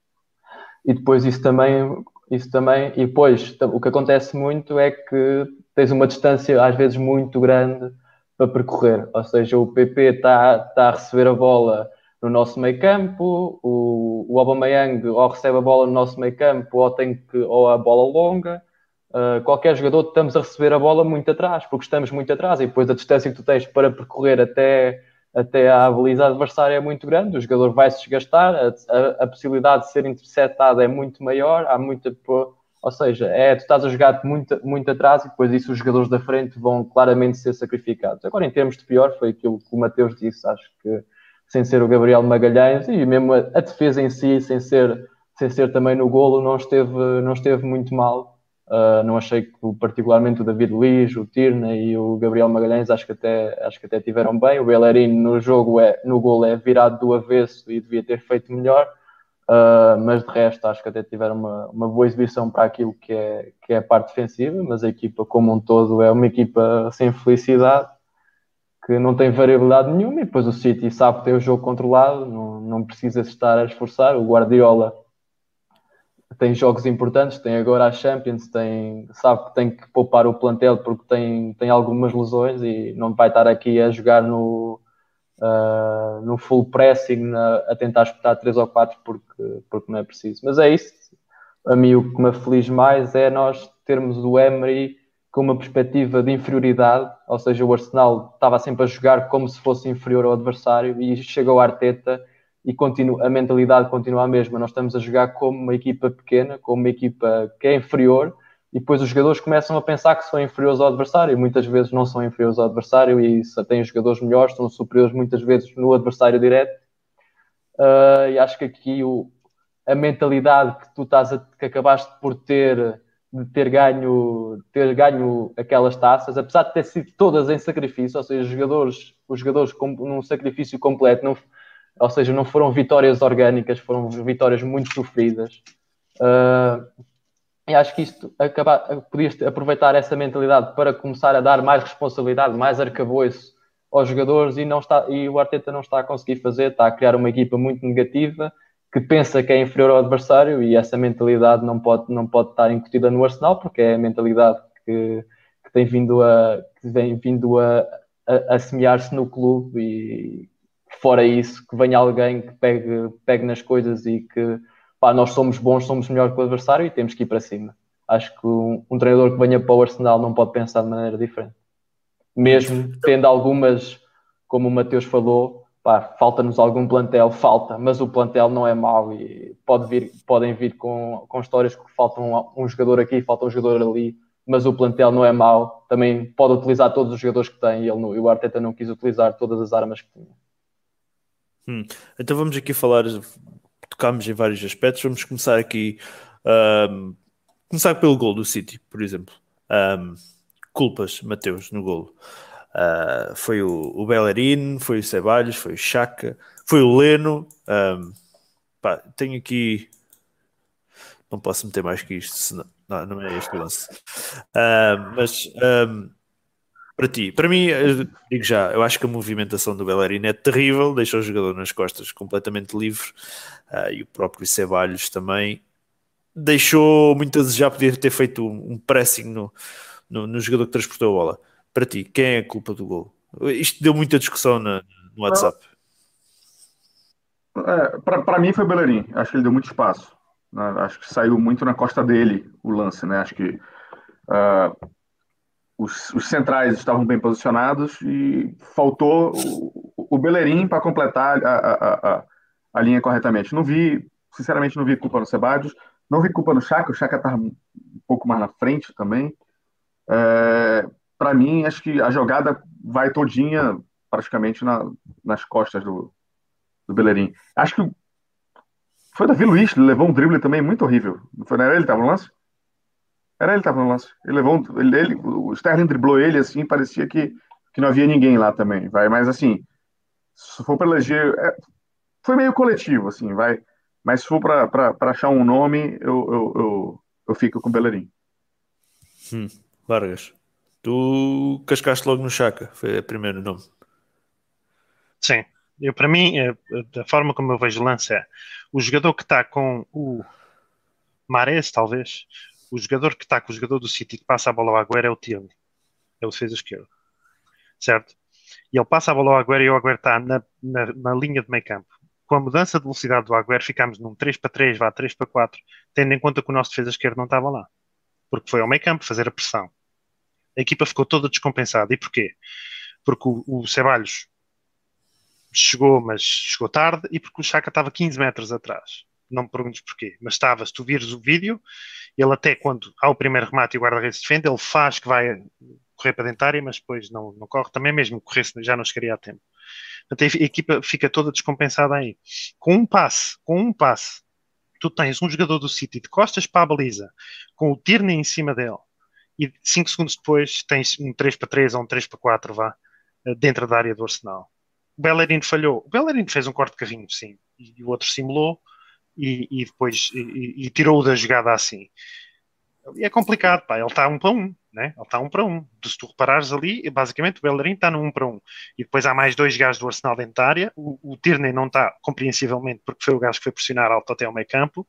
e depois isso também... Isso também, e depois o que acontece muito é que tens uma distância às vezes muito grande para percorrer, ou seja, o P P está tá a receber a bola no nosso meio campo, o, o Aubameyang ou recebe a bola no nosso meio campo ou, tem que, ou a bola longa, uh, qualquer jogador estamos a receber a bola muito atrás, porque estamos muito atrás e depois a distância que tu tens para percorrer até... até à baliza adversária é muito grande, o jogador vai se desgastar, a, a, a possibilidade de ser interceptado é muito maior, há muita, Ou seja, é, tu estás a jogar muito, muito atrás e depois isso os jogadores da frente vão claramente ser sacrificados. Agora, em termos de pior, foi aquilo que o Mateus disse, acho que sem ser o Gabriel Magalhães e mesmo a, a defesa em si, sem ser, sem ser também no golo, não esteve, não esteve muito mal. Uh, não achei que particularmente o David Luiz, o Tierney e o Gabriel Magalhães acho que até, acho que até tiveram bem. O Bellerin no jogo, é, no golo é virado do avesso e devia ter feito melhor. Uh, mas de resto acho que até tiveram uma, uma boa exibição para aquilo que é, que é a parte defensiva, mas a equipa como um todo é uma equipa sem felicidade, que não tem variabilidade nenhuma, e depois o City sabe ter o jogo controlado, não, não precisa estar a esforçar. O Guardiola tem jogos importantes, tem agora a Champions, tem, sabe que tem que poupar o plantel porque tem, tem algumas lesões e não vai estar aqui a jogar no Uh, no full pressing, na, a tentar espetar três ou quatro porque, porque não é preciso. Mas é isso. A mim o que me aflige mais é nós termos o Emery com uma perspectiva de inferioridade, ou seja, o Arsenal estava sempre a jogar como se fosse inferior ao adversário e chega o Arteta e continua, a mentalidade continua a mesma. Nós estamos a jogar como uma equipa pequena, como uma equipa que é inferior, e depois os jogadores começam a pensar que são inferiores ao adversário, muitas vezes não são inferiores ao adversário e se têm jogadores melhores, são superiores muitas vezes no adversário direto. Uh, e acho que aqui o, a mentalidade que tu estás a, que acabaste por ter de ter ganho, ter ganho aquelas taças, apesar de ter sido todas em sacrifício, ou seja, os jogadores, os jogadores com, num sacrifício completo, não, ou seja, não foram vitórias orgânicas, foram vitórias muito sofridas. Uh, E acho que isto acaba, podias aproveitar essa mentalidade para começar a dar mais responsabilidade, mais arcabouço aos jogadores e, não está, e o Arteta não está a conseguir fazer, está a criar uma equipa muito negativa que pensa que é inferior ao adversário e essa mentalidade não pode, não pode estar incutida no Arsenal porque é a mentalidade que, que tem vindo a, que vem vindo a, a, a semear-se no clube e fora isso que venha alguém que pegue, pegue nas coisas e que pá, nós somos bons, somos melhor que o adversário e temos que ir para cima. Acho que um, um treinador que venha para o Arsenal não pode pensar de maneira diferente. Mesmo tendo algumas, como o Mateus falou, pá, falta-nos algum plantel, falta, mas o plantel não é mau e pode vir, podem vir com, com histórias que faltam um, um jogador aqui, falta um jogador ali, mas o plantel não é mau. Também pode utilizar todos os jogadores que tem e, ele não, e o Arteta não quis utilizar todas as armas que tinha. Hum. Então vamos aqui falar... Tocámos em vários aspectos. Vamos começar aqui um, começar pelo gol do City, por exemplo. Um, culpas, Mateus, no golo. Uh, foi o, o Bellerin, foi o Ceballos, foi o Xhaka, foi o Leno. Um, pá, tenho aqui... Não posso meter mais que isto, senão... não, não é este o lance. Uh, mas... Um, para ti, para mim, eu digo já, eu acho que a movimentação do Bellerin é terrível, deixa o jogador nas costas completamente livre, uh, e o próprio Ceballos também deixou muito a desejar, podia ter feito um pressing no, no, no jogador que transportou a bola. Para ti, quem é a culpa do gol? Isto deu muita discussão na, no WhatsApp. É, para mim foi o Bellerin, acho que ele deu muito espaço, né? Acho que saiu muito na costa dele o lance, né? Acho que uh, Os, os centrais estavam bem posicionados e faltou o, o Bellerin para completar a, a, a, a linha corretamente. Não vi, sinceramente, não vi culpa no Ceballos, não vi culpa no Xhaka, o Xhaka estava um pouco mais na frente também. É, para mim, acho que a jogada vai todinha praticamente na, nas costas do, do Bellerin. Acho que foi o Davi Luiz, ele levou um drible também muito horrível. Não foi, não era ele que estava no lance? Era ele que estava no lance. Ele levou um, ele, ele, o Sterling driblou ele assim, parecia que, que não havia ninguém lá também, vai. Mas assim, se for para eleger, é, foi meio coletivo, assim, vai. Mas se for para achar um nome, eu, eu, eu, eu fico com o Bellerin. Hum, Vargas, tu cascaste logo no Xhaka, foi o primeiro nome. Sim, eu, para mim, a forma como eu vejo o lance é o jogador que está com o Mahrez, talvez. O jogador que está com o jogador do City que passa a bola ao Agüero é o Tierney. É o defesa esquerdo. Certo? E ele passa a bola ao Agüero e o Agüero está na, na, na linha de meio campo. Com a mudança de velocidade do Agüero, ficámos num três para três, vá três para quatro, tendo em conta que o nosso defesa esquerdo não estava lá. Porque foi ao meio campo fazer a pressão. A equipa ficou toda descompensada. E porquê? Porque o, o Ceballos chegou, mas chegou tarde, e porque o Xhaka estava quinze metros atrás. não me perguntes porquê, mas estava, se tu vires o vídeo, ele até quando há o primeiro remate e o guarda-redes defende, ele faz que vai correr para dentro da área, mas depois não, não corre, também mesmo que corresse já não chegaria a tempo. Portanto, a equipa fica toda descompensada aí. Com um passe, com um passe, tu tens um jogador do City de costas para a baliza, com o Tierney em cima dele, e cinco segundos depois tens um três para três ou um três para quatro, vá, dentro da área do Arsenal. O Bellerin falhou. O Bellerin fez um corte de carrinho, sim, e o outro simulou e, e depois e, e tirou-o da jogada assim. E é complicado, pá, ele está um para um, né? Ele está um para um. Se tu reparares ali, basicamente o Bellerin está no um para um. E depois há mais dois gajos do Arsenal dentro da área. O, o Tierney não está, compreensivelmente, porque foi o gajo que foi pressionar alto até ao meio campo.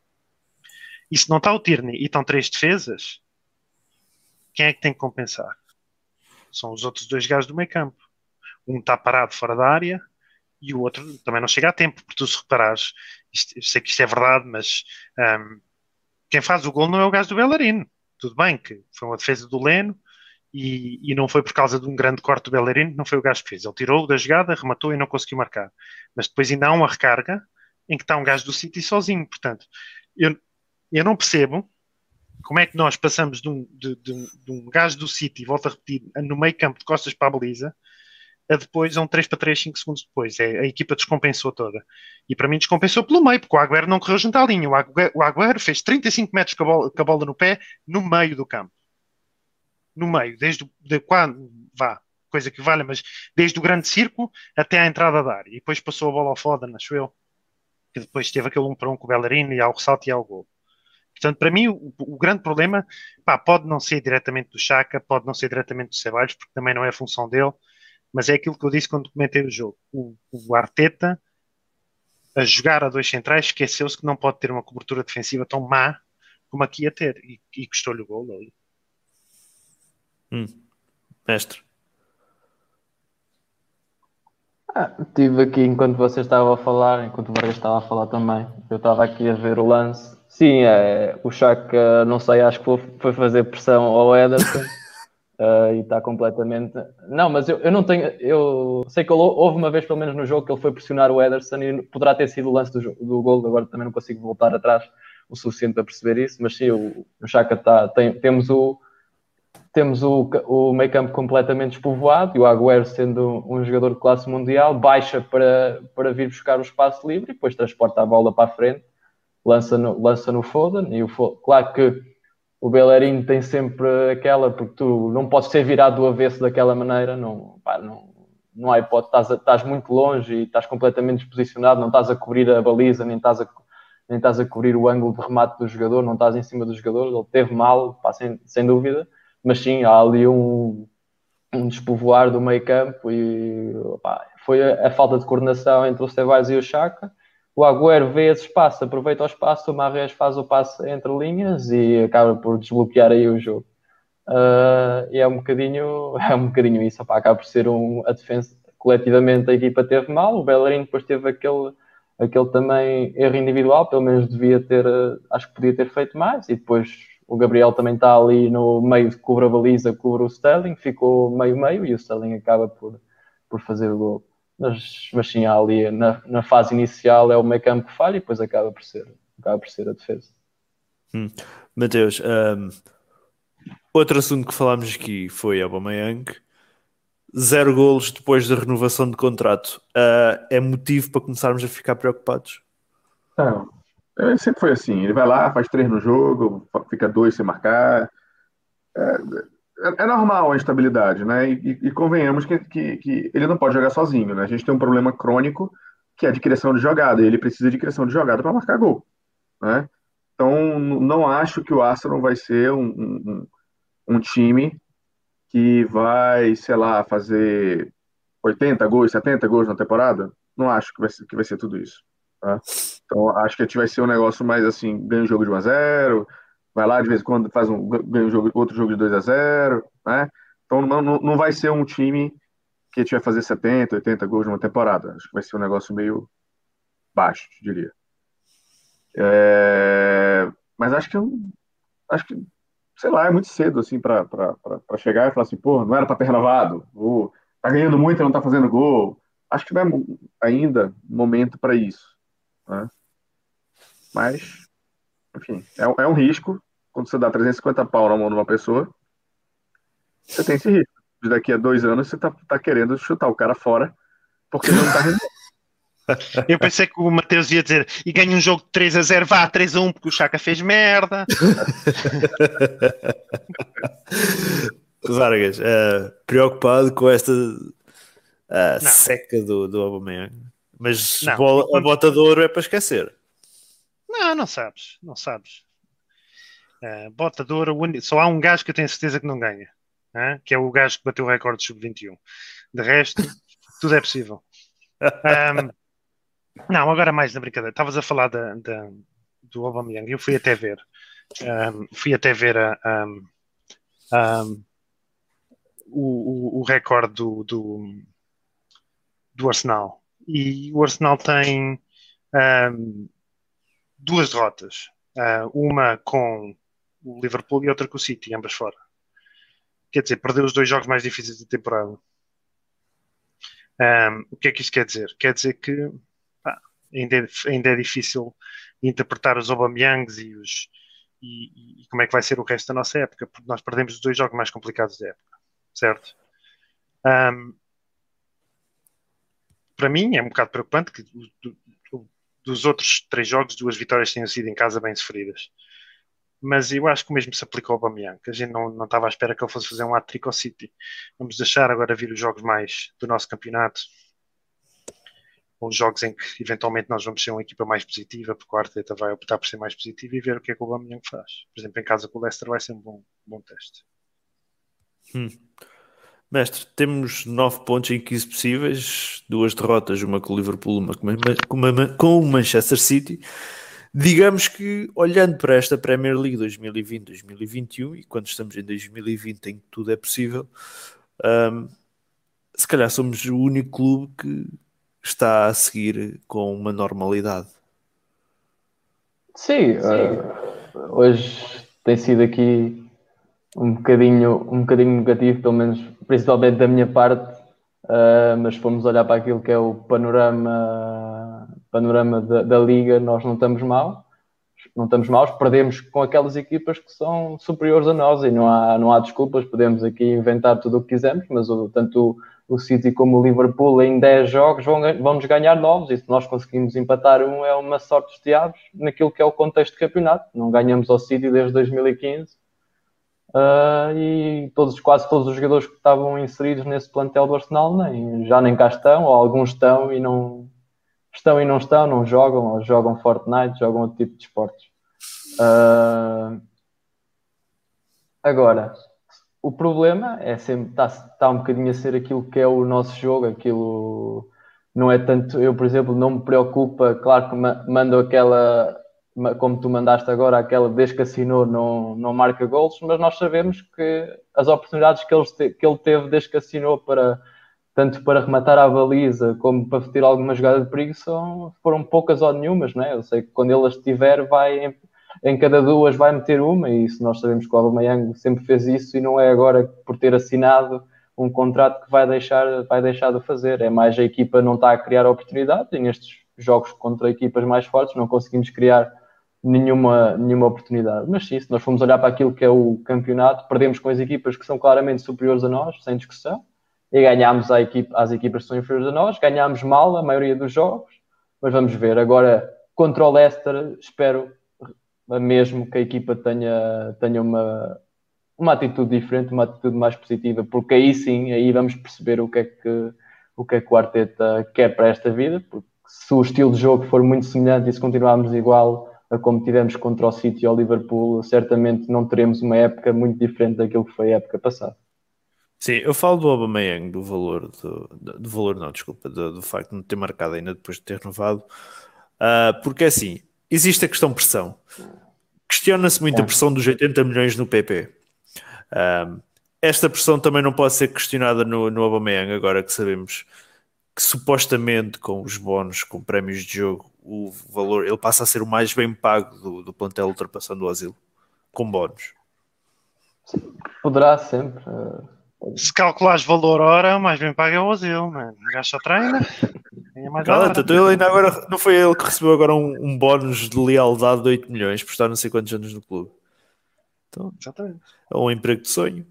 E se não está o Tierney e estão três defesas, quem é que tem que compensar? São os outros dois gajos do meio campo. Um está parado fora da área e o outro também não chega a tempo, porque tu se reparares, isto, eu sei que isto é verdade, mas um, quem faz o gol não é o gajo do Bellerin. Tudo bem que foi uma defesa do Leno e, e não foi por causa de um grande corte do Bellerin, não foi o gajo que fez. Ele tirou da jogada, rematou e não conseguiu marcar. Mas depois ainda há uma recarga em que está um gajo do City sozinho. Portanto, eu, eu não percebo como é que nós passamos de um, de, de, de um gajo do City, volto a repetir, no meio campo de costas para a baliza, a depois a um três para três, cinco segundos depois. É, a equipa descompensou toda. E para mim descompensou pelo meio, porque o Agüero não correu junto à linha. O Agüero, o Agüero fez trinta e cinco metros com a, bola, com a bola no pé, no meio do campo. No meio, desde de quando, vá, coisa que valha, mas desde o grande círculo até à entrada da área. E depois passou a bola ao Foden, acho eu, que depois teve aquele um para um com o Bellerin e ao ressalto e ao gol. Portanto, para mim, o, o grande problema, pá, pode não ser diretamente do Xhaka, pode não ser diretamente do Ceballos, porque também não é a função dele, mas é aquilo que eu disse quando comentei o jogo. O, o Arteta, a jogar a dois centrais, esqueceu-se que não pode ter uma cobertura defensiva tão má como aqui ia ter, e, e custou-lhe o gol ali. Hum. Mestre. Ah, estive aqui enquanto vocês estavam a falar, enquanto o Vargas estava a falar também. Eu estava aqui a ver o lance. Sim, é, o Xhaka, não sei, acho que foi, foi fazer pressão ao Ederson uh, e está completamente. Não, mas eu, eu não tenho. Eu sei que ele, houve uma vez, pelo menos no jogo, que ele foi pressionar o Ederson e poderá ter sido o lance do, do gol. Agora também não consigo voltar atrás o suficiente para perceber isso, mas sim, o, o Xhaka está. Tem, temos o. Temos o, o meio campo completamente despovoado e o Agüero, sendo um jogador de classe mundial, baixa para, para vir buscar o espaço livre e depois transporta a bola para a frente, lança no, lança no Foden. E o Foden, claro que o Bellerin tem sempre aquela, porque tu não podes ser virado do avesso daquela maneira, não, pá, não, não há hipótese, estás, a, estás muito longe e estás completamente desposicionado, não estás a cobrir a baliza, nem estás a, nem estás a cobrir o ângulo de remate do jogador, não estás em cima do jogador, ele teve mal, pá, sem, sem dúvida. Mas sim, há ali um, um despovoar do meio campo e opa, foi a, a falta de coordenação entre o Ceballos e o Xhaka. O Agüero vê esse espaço, aproveita o espaço, o Mahrez faz o passe entre linhas e acaba por desbloquear aí o jogo. Uh, e é um bocadinho, é um bocadinho isso, opa, acaba por ser um, a defesa, coletivamente a equipa teve mal, o Bellerin depois teve aquele, aquele também erro individual, pelo menos devia ter, acho que podia ter feito mais, e depois o Gabriel também está ali no meio de cobra a baliza, cobra o Sterling, ficou meio-meio e o Sterling acaba por, por fazer o gol. Mas, mas sim, há ali na, na fase inicial é o meio campo que falha e depois acaba por ser, acaba por ser a defesa. Hum. Mateus, um, outro assunto que falámos aqui foi Aubameyang. Zero golos depois da renovação de contrato. Uh, é motivo para começarmos a ficar preocupados? Não. É, sempre foi assim, ele vai lá, faz três no jogo, fica dois sem marcar. É, é, é normal a instabilidade, né? E, e convenhamos que, que, que ele não pode jogar sozinho, né? A gente tem um problema crônico que é a de criação de jogada, e ele precisa de criação de jogada para marcar gol, né? Então, não acho que o Arsenal vai ser um, um, um time que vai, sei lá, fazer oitenta gols, setenta gols na temporada. Não acho que vai ser, que vai ser tudo isso. Tá? Então, acho que a gente vai ser um negócio mais assim, ganha um jogo de um a zero, vai lá de vez em quando faz um, ganha um jogo, outro jogo de dois a zero, né? Então, não, não, não vai ser um time que a gente vai fazer setenta, oitenta gols numa temporada. Acho que vai ser um negócio meio baixo, diria. É... Mas acho que eu, acho que, sei lá, é muito cedo assim para chegar e falar assim, pô, não era para ter renovado, ou tá ganhando muito e não tá fazendo gol. Acho que não é ainda momento para isso, né? Mas, enfim, é, um- é um risco. Quando você dá trezentos e cinquenta pau na mão de uma pessoa, você tem esse risco. De daqui a dois anos você tá, tá querendo chutar o cara fora porque ele não tá rendendo. Eu pensei que o Mateus ia dizer e ganha um jogo de três a zero, vá três a um porque o Chaka fez merda. Vargas, eh, preocupado com esta eh, Não, seca do, do Aubameyang. Mas não. bola- a Enquanto... bota de ouro é para esquecer. Não, não sabes, não sabes. Uh, bota de ouro, só há um gajo que eu tenho certeza que não ganha, hein? Que é o gajo que bateu o recorde de sub vinte e um. De resto, tudo é possível. Um, não, agora mais na brincadeira. Estavas a falar da, da, do Aubameyang. Eu fui até ver. Um, fui até ver a, um, um, o, o, o recorde do, do, do Arsenal. E o Arsenal tem um, duas derrotas. Uh, uma com o Liverpool e outra com o City, ambas fora. Quer dizer, perdeu os dois jogos mais difíceis da temporada. Um, o que é que isto quer dizer? Quer dizer que pá, ainda, é, ainda é difícil interpretar os Aubameyangs e, os, e, e como é que vai ser o resto da nossa época, porque nós perdemos os dois jogos mais complicados da época, certo? Um, para mim é um bocado preocupante que do, do, dos outros três jogos, duas vitórias tenham sido em casa bem sofridas. Mas eu acho que o mesmo se aplicou ao Aubameyang, que a gente não, não estava à espera que ele fosse fazer um hat-trick ao City. Vamos deixar agora vir os jogos mais do nosso campeonato, ou os jogos em que eventualmente nós vamos ser uma equipa mais positiva, porque o Arteta vai optar por ser mais positivo e ver o que é que o Aubameyang faz. Por exemplo, em casa com o Leicester vai ser um bom, bom teste. Hum. Mestre, temos nove pontos em quinze possíveis, duas derrotas, uma com o Liverpool, uma com, uma, com o Manchester City. Digamos que, olhando para esta Premier League dois mil e vinte, dois mil e vinte e um, e quando estamos em dois mil e vinte em que tudo é possível, um, se calhar somos o único clube que está a seguir com uma normalidade. Sim, uh, hoje tem sido aqui um bocadinho, um bocadinho negativo, pelo menos principalmente da minha parte, uh, mas se formos olhar para aquilo que é o panorama, panorama da, da Liga, nós não estamos mal, não estamos maus, perdemos com aquelas equipas que são superiores a nós e não há, não há desculpas, podemos aqui inventar tudo o que quisermos, mas o, tanto o, o City como o Liverpool em dez jogos vão, vão nos ganhar nove, e se nós conseguimos empatar um é uma sorte dos diabos naquilo que é o contexto de campeonato. Não ganhamos ao City desde dois mil e quinze. Uh, e todos, quase todos os jogadores que estavam inseridos nesse plantel do Arsenal nem, já nem cá estão, ou alguns estão e não estão e não estão, não jogam, ou jogam Fortnite, jogam outro tipo de esportes. Uh, agora, o problema é sempre, está tá um bocadinho a ser aquilo que é o nosso jogo, aquilo não é tanto, eu por exemplo não me preocupa, claro que mando aquela, como tu mandaste agora, aquela desde que assinou não, não marca golos, mas nós sabemos que as oportunidades que ele, que ele teve desde que assinou para, tanto para rematar a baliza como para ter alguma jogada de perigo são, foram poucas ou nenhumas, né? Eu sei que quando ele as tiver vai em, em cada duas vai meter uma, e isso nós sabemos que o Aubameyang sempre fez isso e não é agora por ter assinado um contrato que vai deixar, vai deixar de fazer. É mais a equipa não está a criar oportunidades e nestes jogos contra equipas mais fortes não conseguimos criar nenhuma, nenhuma oportunidade. Mas sim, se nós formos olhar para aquilo que é o campeonato, perdemos com as equipas que são claramente superiores a nós, sem discussão, e ganhámos à equipa, às equipas que são inferiores a nós, ganhámos mal a maioria dos jogos, mas vamos ver. Agora, contra o Leicester, espero mesmo que a equipa tenha, tenha uma, uma atitude diferente, uma atitude mais positiva, porque aí sim, aí vamos perceber o que é que o, que é que o Arteta quer para esta vida, porque se o estilo de jogo for muito semelhante e se continuarmos igual a como tivemos contra o City e o Liverpool, certamente não teremos uma época muito diferente daquilo que foi a época passada. Sim, eu falo do Aubameyang, do valor, do, do valor não, desculpa, do, do facto de não ter marcado ainda depois de ter renovado, uh, porque assim, existe a questão pressão. Questiona-se muito é. a pressão dos oitenta milhões no P P. Uh, esta pressão também não pode ser questionada no, no Aubameyang, agora que sabemos que supostamente com os bónus, com prémios de jogo, o valor, ele passa a ser o mais bem pago do, do plantel ultrapassando o asilo, com bónus. Poderá sempre. Se calculares valor hora, o mais bem pago é o asilo, mano. O gajo só treina. Ganha mais Cala-te, agora. então ele ainda agora, não foi ele que recebeu agora um, um bónus de lealdade de oito milhões por estar não sei quantos anos no clube. Então, Exatamente. é um emprego de sonho.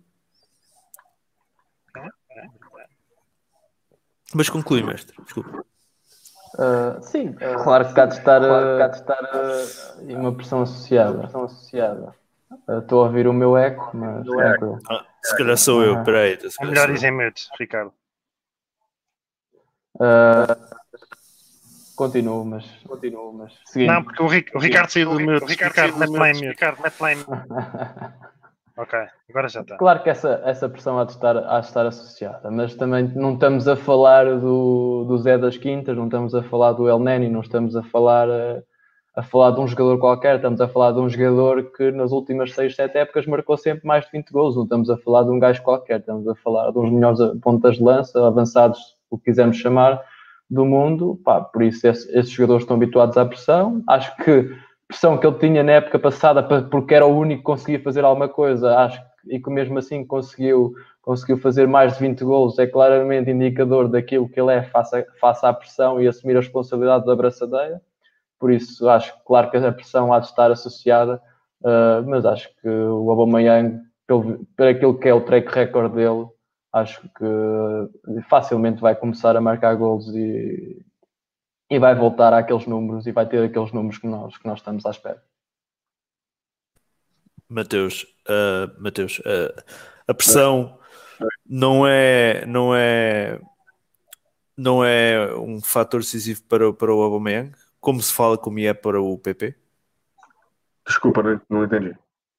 É, é. Mas conclui, mestre. Desculpa. Uh, sim, claro que há de estar, claro que há de estar uh, uma pressão associada. Pressão associada. Uh, Estou a ouvir o meu eco, mas tranquilo. Ah, se calhar sou eu, Aham. peraí. se É calhar melhor sou eu. dizer mute, Ricardo. Uh, continuo, mas continuo, mas seguindo. Não, porque o, Ric- o Ricardo saiu do mute. O Ricardo Ricardo, saiu do mete lá em mute. mute. Ricardo, mete lá em Ok, agora já está. Claro que essa, essa pressão há de, estar, há de estar associada, mas também não estamos a falar do, do Zé das Quintas, não estamos a falar do El Neni, não estamos a falar, a, a falar de um jogador qualquer, estamos a falar de um jogador que nas últimas seis, sete épocas marcou sempre mais de vinte gols, não estamos a falar de um gajo qualquer, estamos a falar de uns melhores pontas de lança, avançados, o que quisermos chamar, do mundo. Pá, por isso esse, esses jogadores estão habituados à pressão. Acho que pressão que ele tinha na época passada, porque era o único que conseguia fazer alguma coisa, acho que, e que mesmo assim conseguiu, conseguiu fazer mais de vinte golos, é claramente indicador daquilo que ele é face, a, face à pressão e assumir a responsabilidade da abraçadeira. Por isso, acho que, claro que a pressão há de estar associada, uh, mas acho que o Aubameyang, pelo, por aquilo que é o track record dele, acho que facilmente vai começar a marcar golos e, e vai voltar àqueles números e vai ter aqueles números que nós, que nós estamos à espera. Mateus, uh, Mateus, uh, a pressão não é, não é, não é um fator decisivo para, o- para o Aubameyang, como se fala como é para o P P? Desculpa, não, não entendi.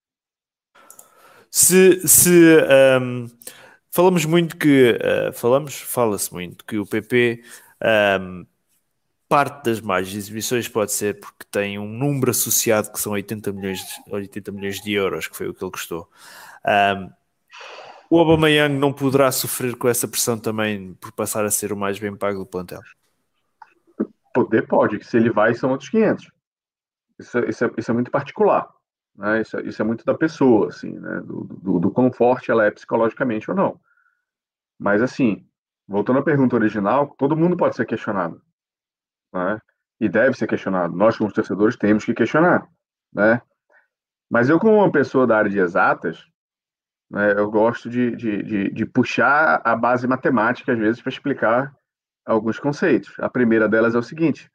Se, se um, falamos muito que uh, falamos, fala-se muito que o P P um, parte das mais exibições pode ser porque tem um número associado que são oitenta milhões de, oitenta milhões de euros, que foi o que ele custou. Um, o Aubameyang não poderá sofrer com essa pressão também por passar a ser o mais bem pago do plantel? Poder pode, que se ele vai são outros quinhentos. Isso, é- isso, é, isso é muito particular, né? Isso, é- isso é muito da pessoa, assim, né? Do, do, do quão forte ela é psicologicamente ou não. Mas, assim, voltando à pergunta original, todo mundo pode ser questionado, né? E deve ser questionado. Nós, como torcedores, temos que questionar, né? Mas eu, como uma pessoa da área de exatas, né, eu gosto de, de, de, de puxar a base matemática, às vezes, para explicar alguns conceitos. A primeira delas é o seguinte: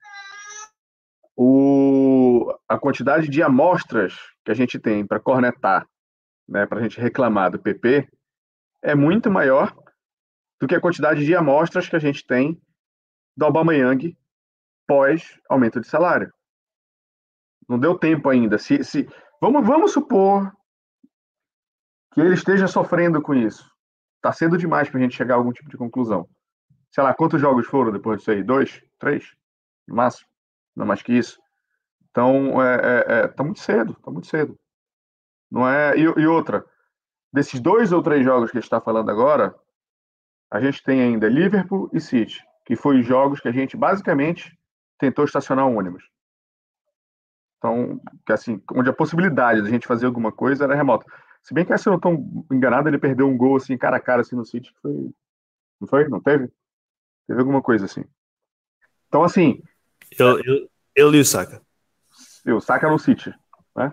o, a quantidade de amostras que a gente tem para cornetar, né, para a gente reclamar do P P, é muito maior do que a quantidade de amostras que a gente tem do Aubameyang pós aumento de salário. Não deu tempo ainda. Se, se, vamos, vamos supor que ele esteja sofrendo com isso. Está cedo demais para a gente chegar a algum tipo de conclusão. Sei lá, quantos jogos foram depois disso aí? Dois? Três? No máximo? Não mais que isso. Então, é, é, é, tá muito cedo, tá muito cedo. Não é? E, e outra, desses dois ou três jogos que a gente está falando agora, a gente tem ainda Liverpool e City, que foi os jogos que a gente basicamente tentou estacionar o ônibus. Então, que assim, onde a possibilidade de a gente fazer alguma coisa era remota. Se bem que essa eu não estou enganado, ele perdeu um gol assim, cara a cara assim, no City, que foi. Não foi? Não teve? Teve alguma coisa assim. Então, assim, Ele, ele, ele e o Saka. eu saca no City, né?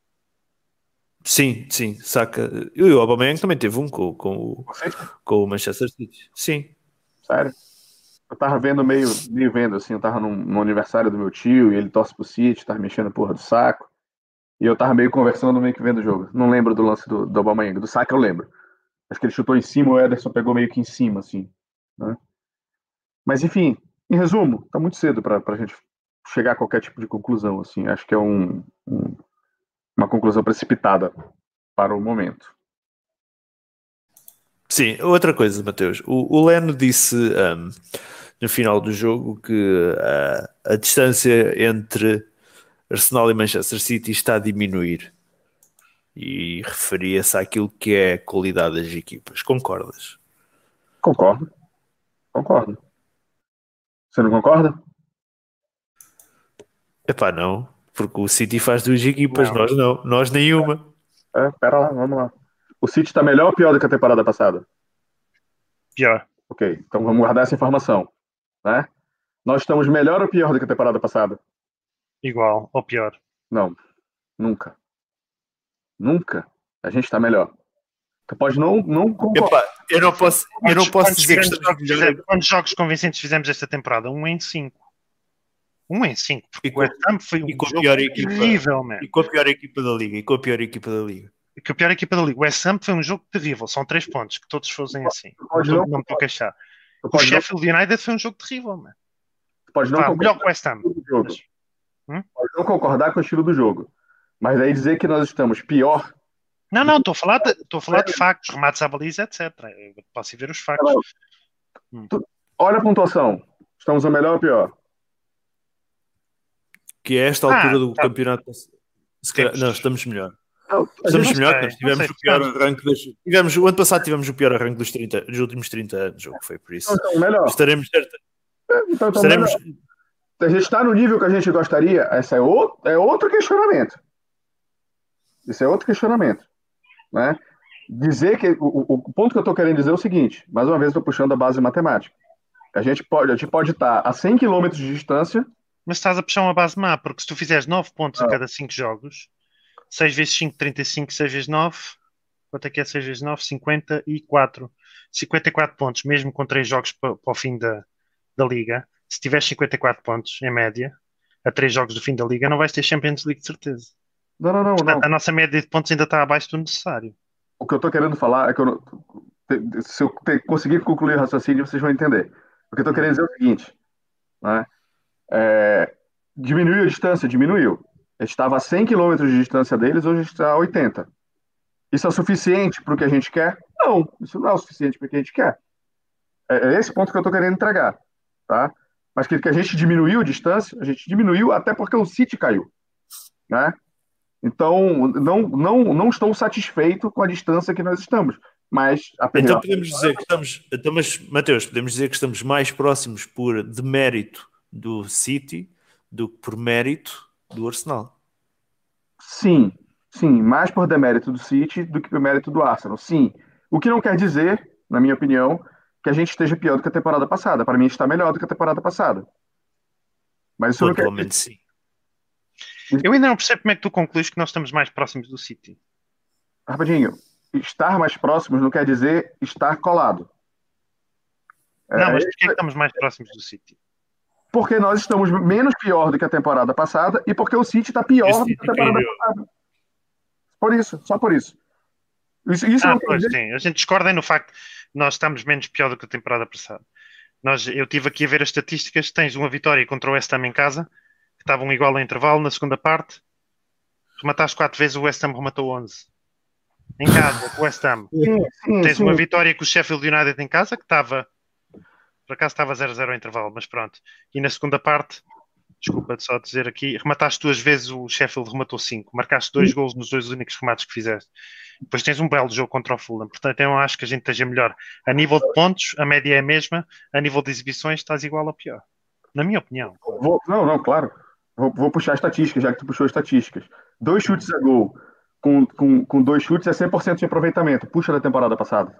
Sim, sim, Saka. E o Aubameyang também teve um com, com, o, Você? com o Manchester City. Sim. Sério? Eu tava vendo meio, meio vendo, assim, eu tava num, no aniversário do meu tio e ele torce pro City, tava mexendo a porra do saco. E eu tava meio conversando, meio que vendo o jogo. Não lembro do lance do, do Aubameyang. Do Saka eu lembro. Acho que ele chutou em cima, o Ederson pegou meio que em cima, assim, né? Mas, enfim, em resumo, tá muito cedo pra, pra gente chegar a qualquer tipo de conclusão, assim. Acho que é um, um, uma conclusão precipitada para o momento. Sim, outra coisa, Mateus. O, o Leno disse um, no final do jogo que uh, a distância entre Arsenal e Manchester City está a diminuir e referia-se àquilo que é a qualidade das equipas. Concordas? Concordo, concordo. Você não concorda? Epá, não, porque o City faz duas equipas, Não. nós não, nós nenhuma. É, pera lá, vamos lá. O City tá melhor ou pior do que a temporada passada? Pior. Ok, então vamos guardar essa informação, né? Nós estamos melhor ou pior do que a temporada passada? Igual, ou pior. Não, nunca. Nunca. A gente está melhor. Tu pode não, não concordar. Epá, eu não posso, eu não posso dizer que estamos jogos, melhor. fizemos, quantos jogos convincentes fizemos esta temporada? Um em cinco. Um em cinco. E com, o West Ham foi um e com a jogo pior equipa, terrível, man. e com a pior equipa da liga, e com a pior equipa da liga. E com a pior equipa da liga. O West Ham foi um jogo terrível. São três pontos, que todos fossem assim. Pode não, não, não me estou a queixar. Tu O pode não, Sheffield United foi um jogo terrível, man. tu pode não Pá, concordar melhor que o West Ham. com o estilo do jogo. Mas- Hum? Pode não concordar com o estilo do jogo. Mas daí dizer que nós estamos pior. Não, não, estou a falar de, estou a falar de factos, remates à baliza, etcétera. Eu posso ir ver os factos. Olha a pontuação. Estamos a melhor ou pior? Que é esta Ah, altura do tá. campeonato. Se calhar, Temos- não, estamos melhor. Não, a Estamos gente- melhor, sei, nós tivemos não sei, o pior estamos. arranque das, tivemos, o ano passado tivemos o pior arranque dos, trinta, dos últimos trinta anos, o que foi por isso. não estamos melhor. Estaremos certa. Então, estamos Estaremos, melhor. A gente está no nível que a gente gostaria. Esse é outro, é outro questionamento. Esse é outro questionamento. Né? Dizer que. O, o ponto que eu estou querendo dizer é o seguinte: mais uma vez, estou puxando a base matemática. A gente pode, a gente pode estar a cem quilômetros de distância. Mas estás a puxar uma base má, porque se tu fizeres nove pontos a Ah. cada cinco jogos, seis vezes cinco, trinta e cinco, seis vezes nove, quanto é que é seis vezes nove? cinquenta e quatro. cinquenta e quatro pontos, mesmo com três jogos para, para o fim da, da Liga. Se tiveres cinquenta e quatro pontos, em média, a três jogos do fim da Liga, não vais ter Champions League de certeza. Não, não, não, não. Portanto, a nossa média de pontos ainda está abaixo do necessário. O que eu estou querendo falar é que eu não- te- se eu te- conseguir concluir o raciocínio, vocês vão entender. O que eu estou querendo dizer é o seguinte, né? É, diminuiu a distância? Diminuiu. A gente estava a cem quilômetros de distância deles, hoje a gente está a oitenta. Isso é suficiente para o que a gente quer? Não, isso não é o suficiente para o que a gente quer. É, é esse ponto que eu estou querendo entregar, tá? Mas que, que a gente diminuiu a distância, a gente diminuiu até porque o City caiu, né? Então, não, não, não estou satisfeito com a distância que nós estamos, mas a então podemos dizer que estamos, então, mas Mateus, podemos dizer que estamos mais próximos por demérito do City do que por mérito do Arsenal. Sim, sim, mais por demérito do City do que por mérito do Arsenal, sim. O que não quer dizer, na minha opinião, que a gente esteja pior do que a temporada passada. Para mim, está melhor do que a temporada passada. Mas isso não quer Pontualmente sim. Eu ainda não percebo como é que tu concluís que nós estamos mais próximos do City. Rapidinho, estar mais próximos não quer dizer estar colado. Não, É, mas porquê é que estamos mais próximos do City? porque nós estamos menos pior do que a temporada passada e porque o City está pior Esse do que a City temporada caiu. passada. Por isso, só por isso. Isso, isso Ah, não quer pois dizer... sim. A gente discorda no facto de nós estamos menos pior do que a temporada passada. Nós, eu estive aqui a ver as estatísticas. Tens uma vitória contra o West Ham em casa, que estavam igual ao intervalo na segunda parte. Tu mataste quatro vezes, o West Ham rematou onze. Em casa, com o West Ham. Sim, Tens sim. uma vitória com o Sheffield United em casa, que estava... Por acaso estava zero a zero ao intervalo, mas pronto. E na segunda parte, desculpa só dizer aqui, remataste duas vezes, o Sheffield rematou cinco. Marcaste dois golos nos dois únicos remates que fizeste. Depois tens um belo jogo contra o Fulham. Portanto, eu acho que a gente esteja melhor. A nível de pontos, a média é a mesma. A nível de exibições, estás igual ou pior. Na minha opinião. Vou- não, não, claro. Vou, vou puxar estatísticas, já que tu puxou estatísticas. Dois chutes a gol com, com, com dois chutes é cem por cento de aproveitamento. Puxa da temporada passada.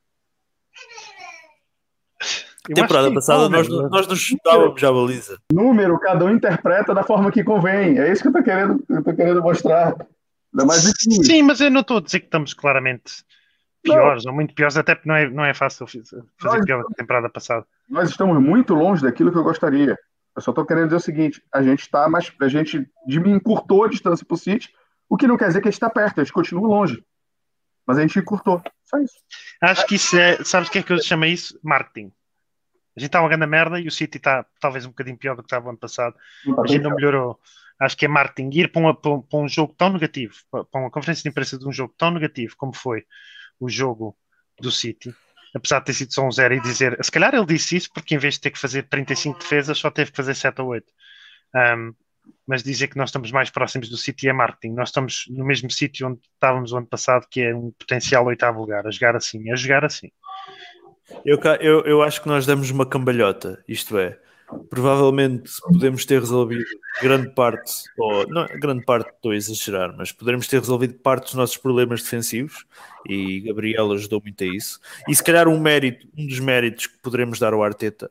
Eu Temporada acho que passada sim, nós, mas- nós nos chutávamos à baliza. Número, cada um interpreta da forma que convém. É isso que eu tô querendo, eu tô querendo mostrar. Ainda mais enfim. Sim, mas eu não estou a dizer que estamos claramente piores ou muito piores, até porque não é, não é fácil fazer Nós- pior que a temporada passada. Nós estamos muito longe daquilo que eu gostaria. Eu só estou querendo dizer o seguinte: a gente está mais, a gente encurtou a distância para o City, o que não quer dizer que a gente está perto, a gente continua longe. Mas a gente encurtou. Só isso. Acho que isso é, sabes o que é que eu chamo isso? Marketing. A gente está uma grande merda e o City está talvez um bocadinho pior do que estava ano passado. A gente não melhorou. Acho que é marketing. Ir para, uma, para, um, para um jogo tão negativo, para uma conferência de imprensa de um jogo tão negativo como foi o jogo do City, apesar de ter sido só um zero, e dizer, se calhar ele disse isso porque em vez de ter que fazer trinta e cinco defesas, só teve que fazer sete ou oito. Um, mas dizer que nós estamos mais próximos do City é marketing. Nós estamos no mesmo sítio onde estávamos o ano passado, que é um potencial oitavo lugar, a jogar assim, a jogar assim. Eu, ca- eu, eu acho que nós damos uma cambalhota, isto é, provavelmente podemos ter resolvido grande parte, ou não, grande parte estou a exagerar, mas poderemos ter resolvido parte dos nossos problemas defensivos e Gabriel ajudou muito a isso. E se calhar um mérito, um dos méritos que poderemos dar ao Arteta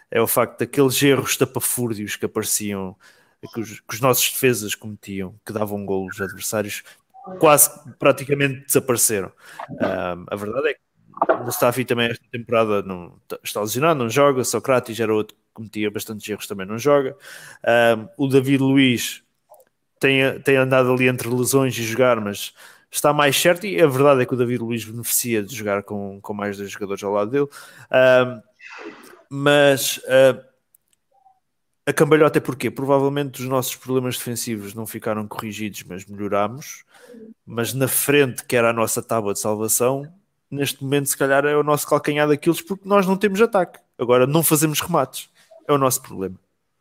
é o facto daqueles erros tapafúrdios que apareciam, que os, que os nossos defesas cometiam, que davam golos adversários, quase praticamente desapareceram. Um, a verdade é que o Mustafi também esta temporada não, está lesionado, não joga. Socrates era outro que cometia bastantes erros, também não joga. Um, o David Luiz tem, tem andado ali entre lesões e jogar, mas está mais certo, e a verdade é que o David Luiz beneficia de jogar com, com mais dois jogadores ao lado dele. Um, mas uh, a cambalhota é porquê? Provavelmente os nossos problemas defensivos não ficaram corrigidos, mas melhorámos. Mas na frente, que era a nossa tábua de salvação, neste momento se calhar é o nosso calcanhar daqueles, porque nós não temos ataque. Agora não fazemos remates. É o nosso problema.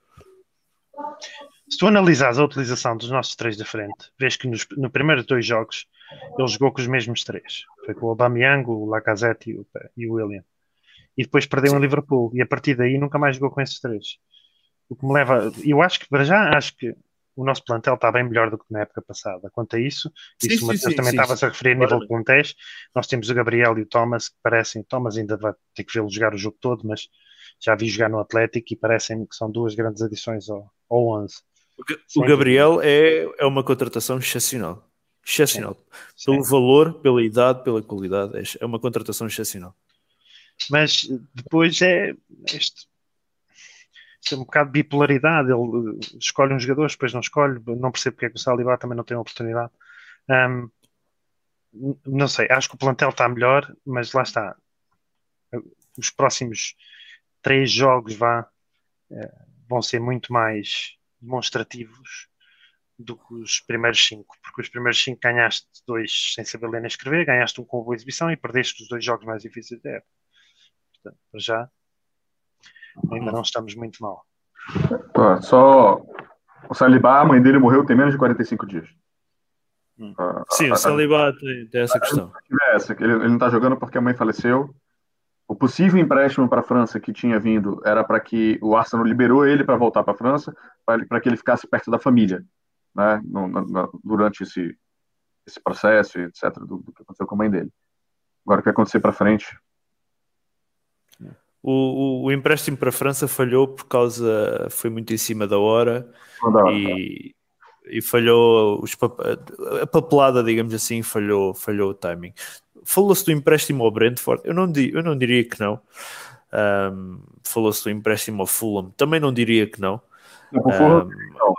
Se tu analisares a utilização dos nossos três da frente, vês que nos no primeiros dois jogos ele jogou com os mesmos três. Foi com o Aubameyang, o Lacazette e o, e o William. E depois perdeu em Liverpool. E a partir daí nunca mais jogou com esses três. O que me leva... Eu acho que, para já, acho que o nosso plantel está bem melhor do que na época passada. Quanto a isso, sim, isso o Matheus também estava-se a referir a nível de plantéis. Nós temos o Gabriel e o Thomas, que parecem... Thomas ainda vai ter que vê-lo jogar o jogo todo, mas já vi jogar no Atlético e parecem que são duas grandes adições ao, ao onze. O Gabriel é, é uma contratação excepcional. Excepcional. Sim. Pelo Sim. valor, pela idade, pela qualidade. É uma contratação excepcional. Mas depois é este, este é um bocado de bipolaridade. Ele escolhe uns jogadores, depois não escolhe. Não percebo porque é que o Saliba também não tem oportunidade. Um, não sei, acho que o plantel está melhor, mas lá está. Os próximos três jogos vá, vão ser muito mais demonstrativos do que os primeiros cinco, porque os primeiros cinco ganhaste dois sem saber ler nem escrever, ganhaste um com boa exibição e perdeste os dois jogos mais difíceis da época. Portanto, para já ainda não estamos muito mal. Pô, só o Saliba, a mãe dele morreu tem menos de quarenta e cinco dias. Hum. Uh, Sim, a, o Saliba tem, tem essa questão. Essa, ele, ele não está jogando porque a mãe faleceu. O possível empréstimo para a França que tinha vindo era para que o Arsenal liberou ele para voltar para a França, para que ele ficasse perto da família, né, no, no, durante esse, esse processo, etcétera, do, do que aconteceu com a mãe dele. Agora, o que acontecer para frente? O, o, o empréstimo para a França falhou por causa, foi muito em cima da hora, da e, e falhou os, a papelada, digamos assim, falhou, falhou o timing. Falou-se do empréstimo ao Brentford, eu não, eu não diria que não. Um, falou-se do empréstimo ao Fulham, também não diria que não. não um, Fulham, não.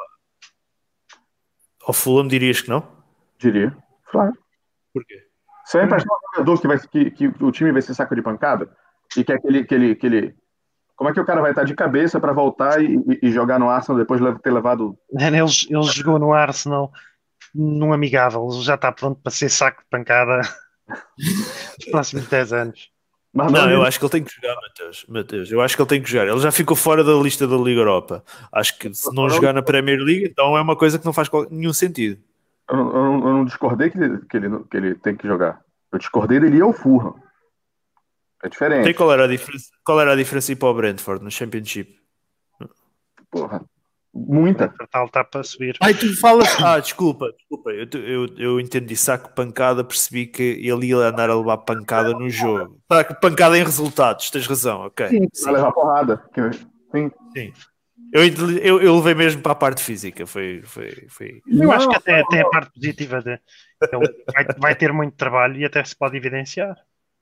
Ao Fulham dirias que não? Diria, claro. Por quê? Você vai emprestar um jogador que, vai, que, que o time vai ser saco de pancada e que aquele, aquele, aquele... Como é que o cara vai estar de cabeça para voltar e, e, e jogar no Arsenal depois de ter levado... Ele, ele jogou no Arsenal num amigável, ele já está pronto para ser saco de pancada nos próximos dez anos. Mas não, não, eu acho que ele tem que jogar, Matheus. Matheus. Eu acho que ele tem que jogar. Ele já ficou fora da lista da Liga Europa. Acho que se não jogar na Premier League, então é uma coisa que não faz nenhum sentido. Eu não, eu não, eu não discordei que ele, que, ele, que ele tem que jogar. Eu discordei dele ir ao Fulham. É diferente. Tem qual era a diferença? Qual era a diferença ir para o Brentford no Championship? Porra, muita. O Portal está para subir. Ai, tu falas. Ah, desculpa, desculpa. Eu, eu, eu entendi saco pancada, percebi que ele ia andar a levar pancada no jogo. Pancada em resultados, tens razão, ok. Sim, Sim. vai levar porrada. Sim. Sim. Eu, eu, eu levei mesmo para a parte física. Foi, foi, foi... Eu não, acho que até, até a parte positiva de, ele vai, vai ter muito trabalho e até se pode evidenciar.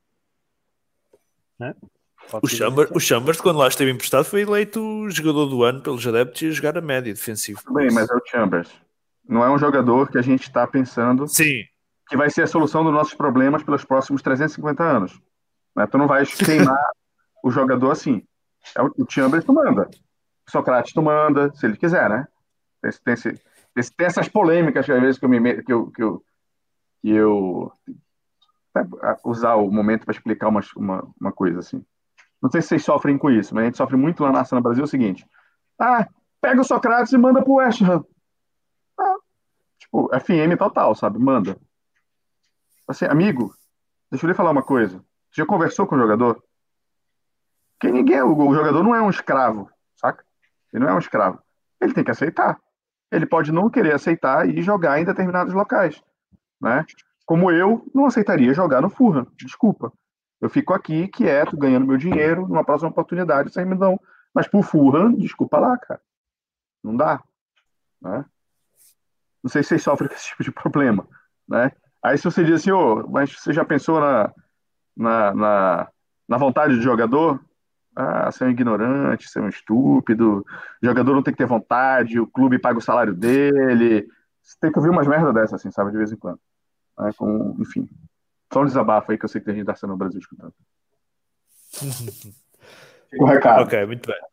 Né? O Chambers, o Chambers, quando lá esteve emprestado, foi eleito o jogador do ano pelos adeptos e a jogar a média defensivo. Bem, mas é o Chambers. Não é um jogador que a gente está pensando Sim. que vai ser a solução dos nossos problemas pelos próximos trezentos e cinquenta anos. Né? Tu não vai queimar o jogador assim. É o, o Chambers tu manda. Socrates tu manda, se ele quiser, né? Tem, tem, tem, tem essas polêmicas que às vezes que eu me que eu, que eu, que eu usar o momento para explicar uma, uma, uma coisa assim. Não sei se vocês sofrem com isso, mas a gente sofre muito lá na Arsenal Brasil, é o seguinte. Ah, pega o Socrates e manda pro West Ham. Ah, tipo, F M total, sabe? Manda. Assim, amigo, deixa eu lhe falar uma coisa. Você já conversou com o jogador? Porque ninguém, o, o jogador não é um escravo, saca? Ele não é um escravo. Ele tem que aceitar. Ele pode não querer aceitar e jogar em determinados locais, né? Como eu não aceitaria jogar no Fulham. Desculpa. Eu fico aqui quieto, ganhando meu dinheiro, numa próxima oportunidade, vocês me dão Mas pro Fulham, desculpa lá, cara. Não dá. Né? Não sei se vocês sofrem com esse tipo de problema. Né? Aí se você diz assim, ô, mas você já pensou na, na, na, na vontade do jogador? Ah, você é um ignorante, você é um estúpido, o jogador não tem que ter vontade, o clube paga o salário dele. Você tem que ouvir umas merda dessas, assim, sabe, de vez em quando. Né? Com, enfim. Só um desabafo aí que eu sei que tem gente da cena no Brasil escutando. Fica o recado. Ok, muito bem.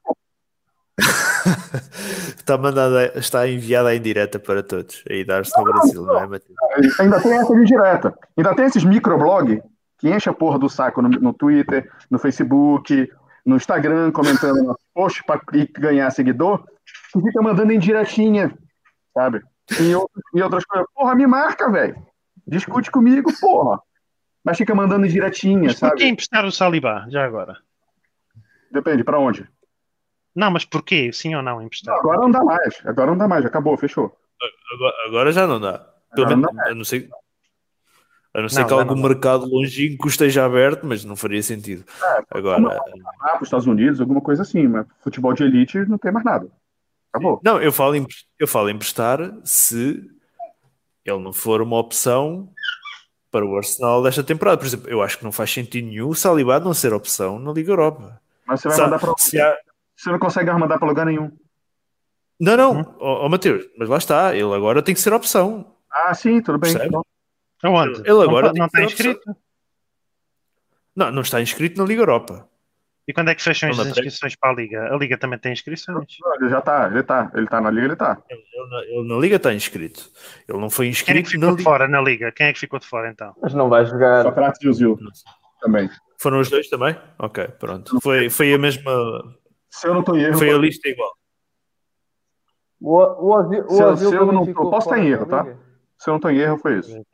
Está, mandada, está enviada em direta para todos aí da Arsenal Brasil, não é, Matheus? Ainda tem essa de direta. Ainda tem esses microblog que enchem a porra do saco no, no Twitter, no Facebook, no Instagram, comentando no post para ganhar seguidor, que fica mandando em diretinha, sabe? E, outros, e outras coisas. Porra, me marca, velho. Discute comigo, porra. Mas fica mandando em diretinha, Mas sabe? porquê emprestar o Saliba, já agora? Depende, para onde? Não, mas porquê? Sim ou não emprestar? Agora não dá mais. Agora não dá mais. Acabou, fechou. Agora, agora já não dá. Pelo Agora menos, não dá. a não ser, a não ser Não, que já algum não dá. mercado longínquo esteja aberto, mas não faria sentido. Agora, Ah, para os Estados Unidos, alguma coisa assim, mas futebol de elite não tem mais nada. Acabou. não, eu falo, em, eu falo em emprestar se ele não for uma opção para o Arsenal desta temporada. Por exemplo, eu acho que não faz sentido nenhum o Saliba não ser opção na Liga Europa. Mas você vai Se há- mandar para se há- Você não consegue mandar para lugar nenhum. Não, não, ó ó, Mateus, mas lá está, ele agora tem que ser opção. Ah, sim, tudo bem. Percebe? Então, Aonde? Ele agora não, tem não que está ser opção. inscrito? Não, não está inscrito na Liga Europa. E quando é que fecham as Não, não, inscrições para a Liga? A Liga também tem inscrições? ele já tá, ele tá. Ele tá na liga, ele tá. Ele, ele na, ele na Liga está inscrito. Ele não foi Quem é que inscrito ficou na de Liga. fora na Liga? Quem é que ficou de fora então? Mas não vai jogar. Sócrates e o Zil também. Foram os dois também? Ok, pronto. Foi, foi a mesma. Se eu não tô em erro, Foi a lista igual. O, o Ozil, Se eu- o Ozil se eu também não- ficou eu posso fora estar em da erro, tá? Liga. se eu não tô em erro, foi isso.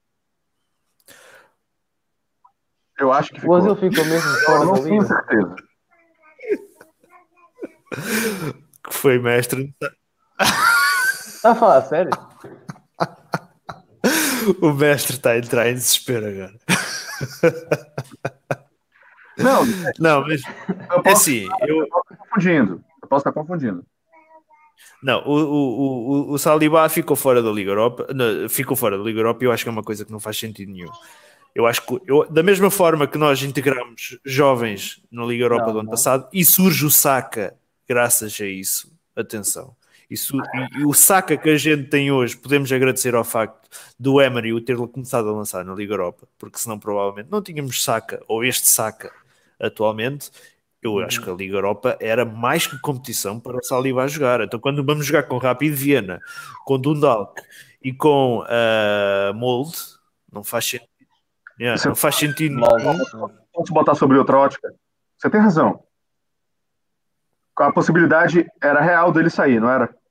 Eu acho que O ficou. Ozil ficou mesmo Eu fora não da tenho Liga. certeza. Que foi mestre. Está a falar a sério? O mestre está a entrar em desespero agora. Não, Não, mas eu é posso, assim, eu, eu posso estar confundindo. Eu posso estar confundindo. não, o, o, o, o Saliba ficou fora da Liga Europa, não, ficou fora da Liga Europa e eu acho que é uma coisa que não faz sentido nenhum. Eu acho que, eu, da mesma forma que nós integramos jovens na Liga Europa Não, do ano não. passado, e surge o Saka graças a isso, atenção. Isso, e, e o Saka que a gente tem hoje, podemos agradecer ao facto do Emery o ter começado a lançar na Liga Europa, porque senão provavelmente não tínhamos Saka, ou este Saka atualmente. Eu acho que a Liga Europa era mais que competição para o Saliba a jogar. Então quando vamos jogar com Rapid Viena, com Dundalk e com uh, Molde, não faz sentido. Yeah, não faz sentido nenhum. Posso botar sobre outra ótica? Você tem razão. A possibilidade era real dele sair, não era?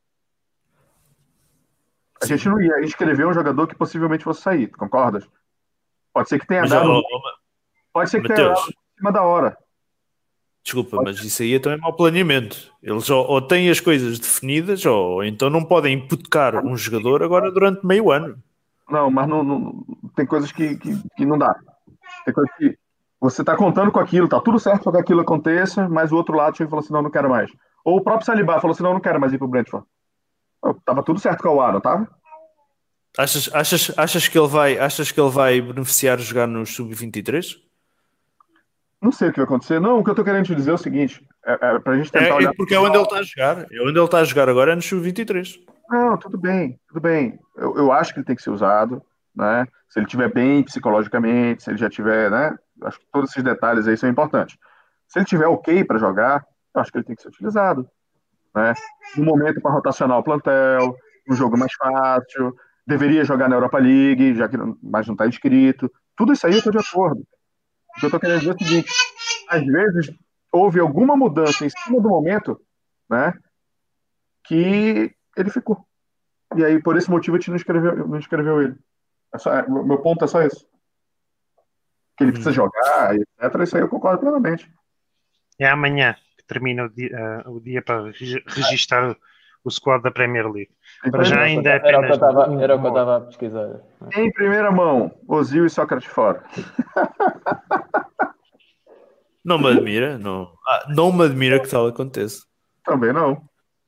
A gente não ia escrever um jogador que possivelmente fosse sair, tu concordas? Pode ser que tenha Mas, dado. ó, ó, Pode ser que tenha Mateus, dado em cima da hora. desculpa, mas isso aí então é mau planeamento. Eles ou, ou têm as coisas definidas, ou então não podem hipotecar um jogador agora durante meio ano. Não, mas não, não- tem coisas que, que, que não dá. Tem coisas que você tá contando com aquilo, tá tudo certo para que aquilo aconteça, mas o outro lado chega e fala assim, não, não quero mais. Ou o próprio Saliba falou assim, não, não quero mais ir pro Brentford. Pô, tava tudo certo com o Aaron, tava? Achas, achas, achas, que ele vai, achas que ele vai beneficiar de jogar no sub vinte e três? Não sei o que vai acontecer. Não, o que eu tô querendo te dizer é o seguinte, é, é pra gente tentar É, olhar... é porque é onde ele está a jogar. É onde ele está a jogar agora, é no sub vinte e três. Não, tudo bem, tudo bem. Eu, eu acho que ele tem que ser usado, né? Se ele estiver bem psicologicamente, se ele já tiver, né? Acho que todos esses detalhes aí são importantes. Se ele tiver ok para jogar, eu acho que ele tem que ser utilizado, né? No momento para rotacionar o plantel, um jogo mais fácil, deveria jogar na Europa League, já que não, mas não está inscrito. Tudo isso aí eu estou de acordo. O que eu estou querendo dizer é o seguinte: às vezes houve alguma mudança em cima do momento, né? Que ele ficou. E aí, por esse motivo, a gente não escreveu, não escreveu ele. É só, é, meu ponto é só esse. Que ele precisa jogar, etcétera. Isso aí eu concordo plenamente. É amanhã que termina o dia, eh, o dia para regi- registrar o, o squad da Premier League. Para já ainda é Era o que eu apenas. estava- era o que eu estava a pesquisar. Em primeira mão, Ozil e Sócrates fora. Não me admira, não. Ah, não me admira que tal aconteça. Também não.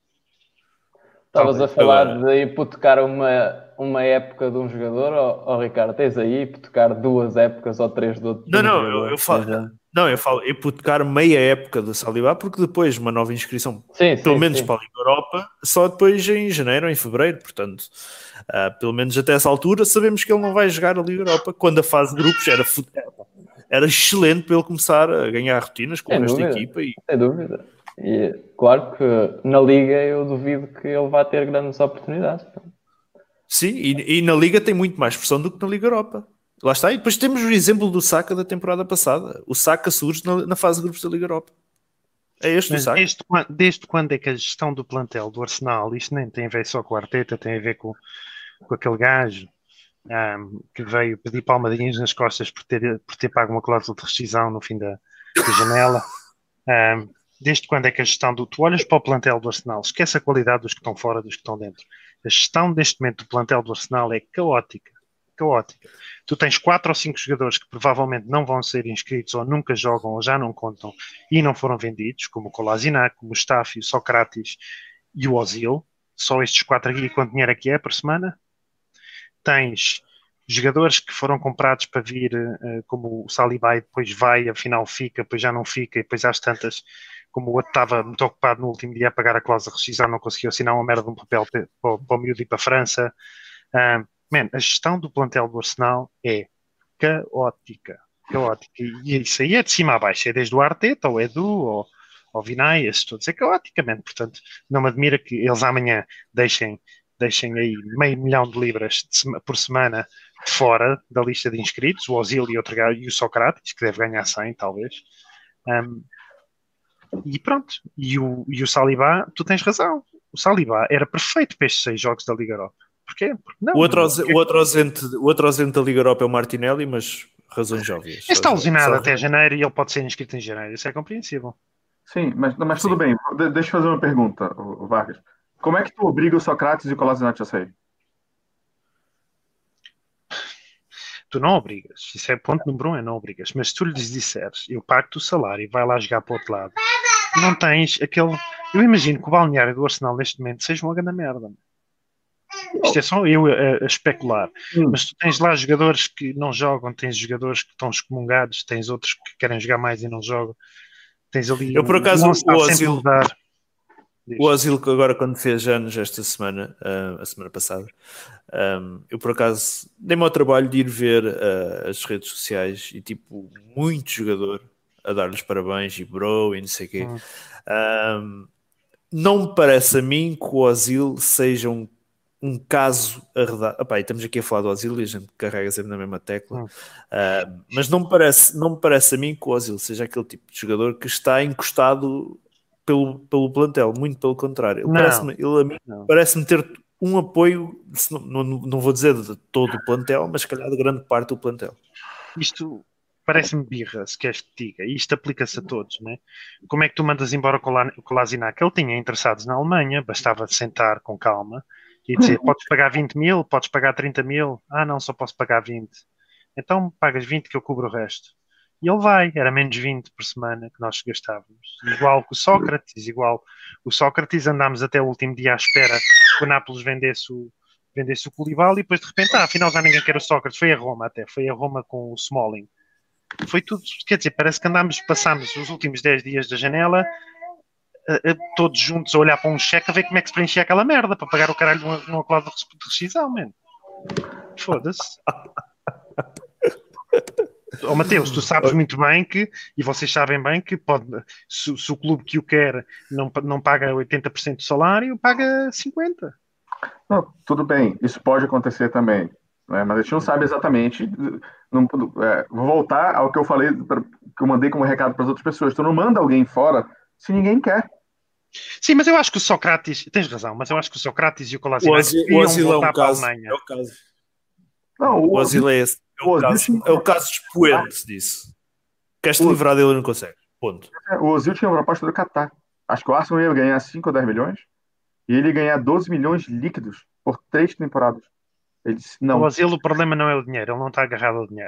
Estavas a falar Agora- de hipotecar uma, uma época de um jogador, ou Ricardo, tens aí hipotecar duas épocas ou três de outro de Não, um não, jogador, eu, eu falo, por exemplo. não, eu falo hipotecar meia época do Saliba, porque depois uma nova inscrição, Sim, pelo sim, menos sim. para a Liga Europa, só depois em janeiro ou em fevereiro, portanto, ah, pelo menos até essa altura sabemos que ele não vai jogar a Liga Europa, quando a fase de grupos era, fu- era excelente para ele começar a ganhar rotinas com o Sem resto da dúvida, equipa e sem dúvida. E claro que na Liga eu duvido que ele vá ter grandes oportunidades. sim, e, e na Liga tem muito mais pressão do que na Liga Europa. Lá está, e depois temos o exemplo do Saka da temporada passada. O Saka surge na, na fase de grupos da Liga Europa. É este o Mas Saka. desde, quan- desde quando é que a gestão do plantel do Arsenal, isto nem tem a ver só com o Arteta, tem a ver com, com aquele gajo ahm, que veio pedir palmadinhas nas costas por ter, por ter pago uma cláusula de rescisão no fim da, da janela. Ahm, desde quando é que a gestão do. Tu olhas para o plantel do Arsenal, esquece a qualidade dos que estão fora, dos que estão dentro. A gestão neste momento do plantel do Arsenal é caótica. Caótica. Tu tens quatro ou cinco jogadores que provavelmente não vão ser inscritos ou nunca jogam ou já não contam e não foram vendidos, como o Kolasinac, o Mustafi, o Socrates e o Ozil. Só estes quatro aqui, quanto dinheiro aqui é por semana? Tens jogadores que foram comprados para vir, uh, como o Saliba, e depois vai, afinal fica, depois já não fica, e depois às tantas, como o outro estava muito ocupado no último dia a pagar a cláusula de rescisão, não conseguiu assinar uma merda de um papel para, para, para o miúdo ir para a França. Uh, man, a gestão do plantel do Arsenal é caótica. Caótica. E isso aí é de cima a baixo, é desde o Arteta, ou Edu, ou ao Vinay, esses todos, é caoticamente. Portanto, não me admira que eles amanhã deixem, deixem aí meio milhão de libras de sema, por semana fora da lista de inscritos, o Ozil e, outro, e o Socrates, que deve ganhar cem, talvez. Um, e pronto. E o, e o Saliba, tu tens razão. O Saliba era perfeito para estes seis jogos da Liga Europa. Porquê? Porque não, O outro, não, ausente, o, outro ausente, o outro ausente da Liga Europa é o Martinelli, mas razões óbvias. Ele está lesionado Só- até janeiro e ele pode ser inscrito em janeiro. Isso é compreensível. Sim, mas, mas Sim. tudo bem. De- deixa eu fazer uma pergunta, o- o Vargas. Como é que tu obriga o Sócrates e o Kolasinac a sair? Tu não obrigas. Isso é ponto número um, é não obrigas. Mas se tu lhes disseres, eu pago-te o salário e vai lá jogar para o outro lado, não tens aquele... Eu imagino que o balneário do Arsenal neste momento seja uma grande merda. Isto é só eu a, a especular. Hum. Mas tu tens lá jogadores que não jogam, tens jogadores que estão excomungados, tens outros que querem jogar mais e não jogam. Tens ali... Eu, por acaso, não está o sempre a Ozil- mudar. O Ozil, que agora quando fez anos esta semana, uh, a semana passada, um, eu por acaso dei-me ao trabalho de ir ver uh, as redes sociais e tipo, muito jogador a dar-lhes parabéns e bro e não sei o quê. Hum. Um, não me parece a mim que o Ozil seja um, um caso arredado. Epá, e estamos aqui a falar do Ozil e a gente carrega sempre na mesma tecla. Hum. Uh, mas não me, parece, não me parece a mim que o Ozil seja aquele tipo de jogador que está encostado Pelo, pelo plantel, muito pelo contrário. Ele parece-me, ele a mim Não. parece-me ter um apoio, se não, não, não vou dizer de todo o plantel, mas se calhar de grande parte do plantel. Isto parece-me birra, se queres que te diga. E isto aplica-se a todos, né? Como é que tu mandas embora o Kolasinac? Ele tinha interessados na Alemanha, bastava sentar com calma e dizer, podes pagar vinte mil, podes pagar trinta mil. Ah, não, só posso pagar vinte. Então pagas vinte que eu cubro o resto. E ele vai, era menos vinte por semana que nós gastávamos. Igual que o Sócrates, igual o Sócrates, andámos até o último dia à espera que o Nápoles vendesse o, vendesse o Koulibaly e depois de repente, ah, afinal já ninguém quer o Sócrates, foi a Roma até, foi a Roma com o Smalling. Foi tudo, quer dizer, parece que andámos, passámos os últimos dez dias da janela a, a, todos juntos a olhar para um cheque a ver como é que se preenchia aquela merda para pagar o caralho numa, numa cláusula de rescisão, mano. Foda-se. Oh, Mateus, tu sabes muito bem que, e vocês sabem bem que pode, se, se o clube que o quer não, não paga oitenta por cento do salário, paga cinquenta por cento. Não, tudo bem, isso pode acontecer também, né? Mas a gente não sabe exatamente. Não, é, vou voltar ao que eu falei, pra, que eu mandei como recado para as outras pessoas. Tu não manda alguém fora se ninguém quer. Sim, mas eu acho que o Sócrates, tens razão, mas eu acho que o Sócrates e o Kolasinac o Ozil é voltar um para a caso, Alemanha. é o caso. Não, O Ozil é esse. É o, caso, é o caso expoente disso. Queres-te livrar dele e não consegue. Ponto. O Ozil tinha uma proposta do Qatar. Acho que o Arsenal ia ganhar cinco ou dez milhões e ele ia ganhar doze milhões líquidos por três temporadas. Ele disse, não. O Ozil, o problema não é o dinheiro, ele não está agarrado ao dinheiro.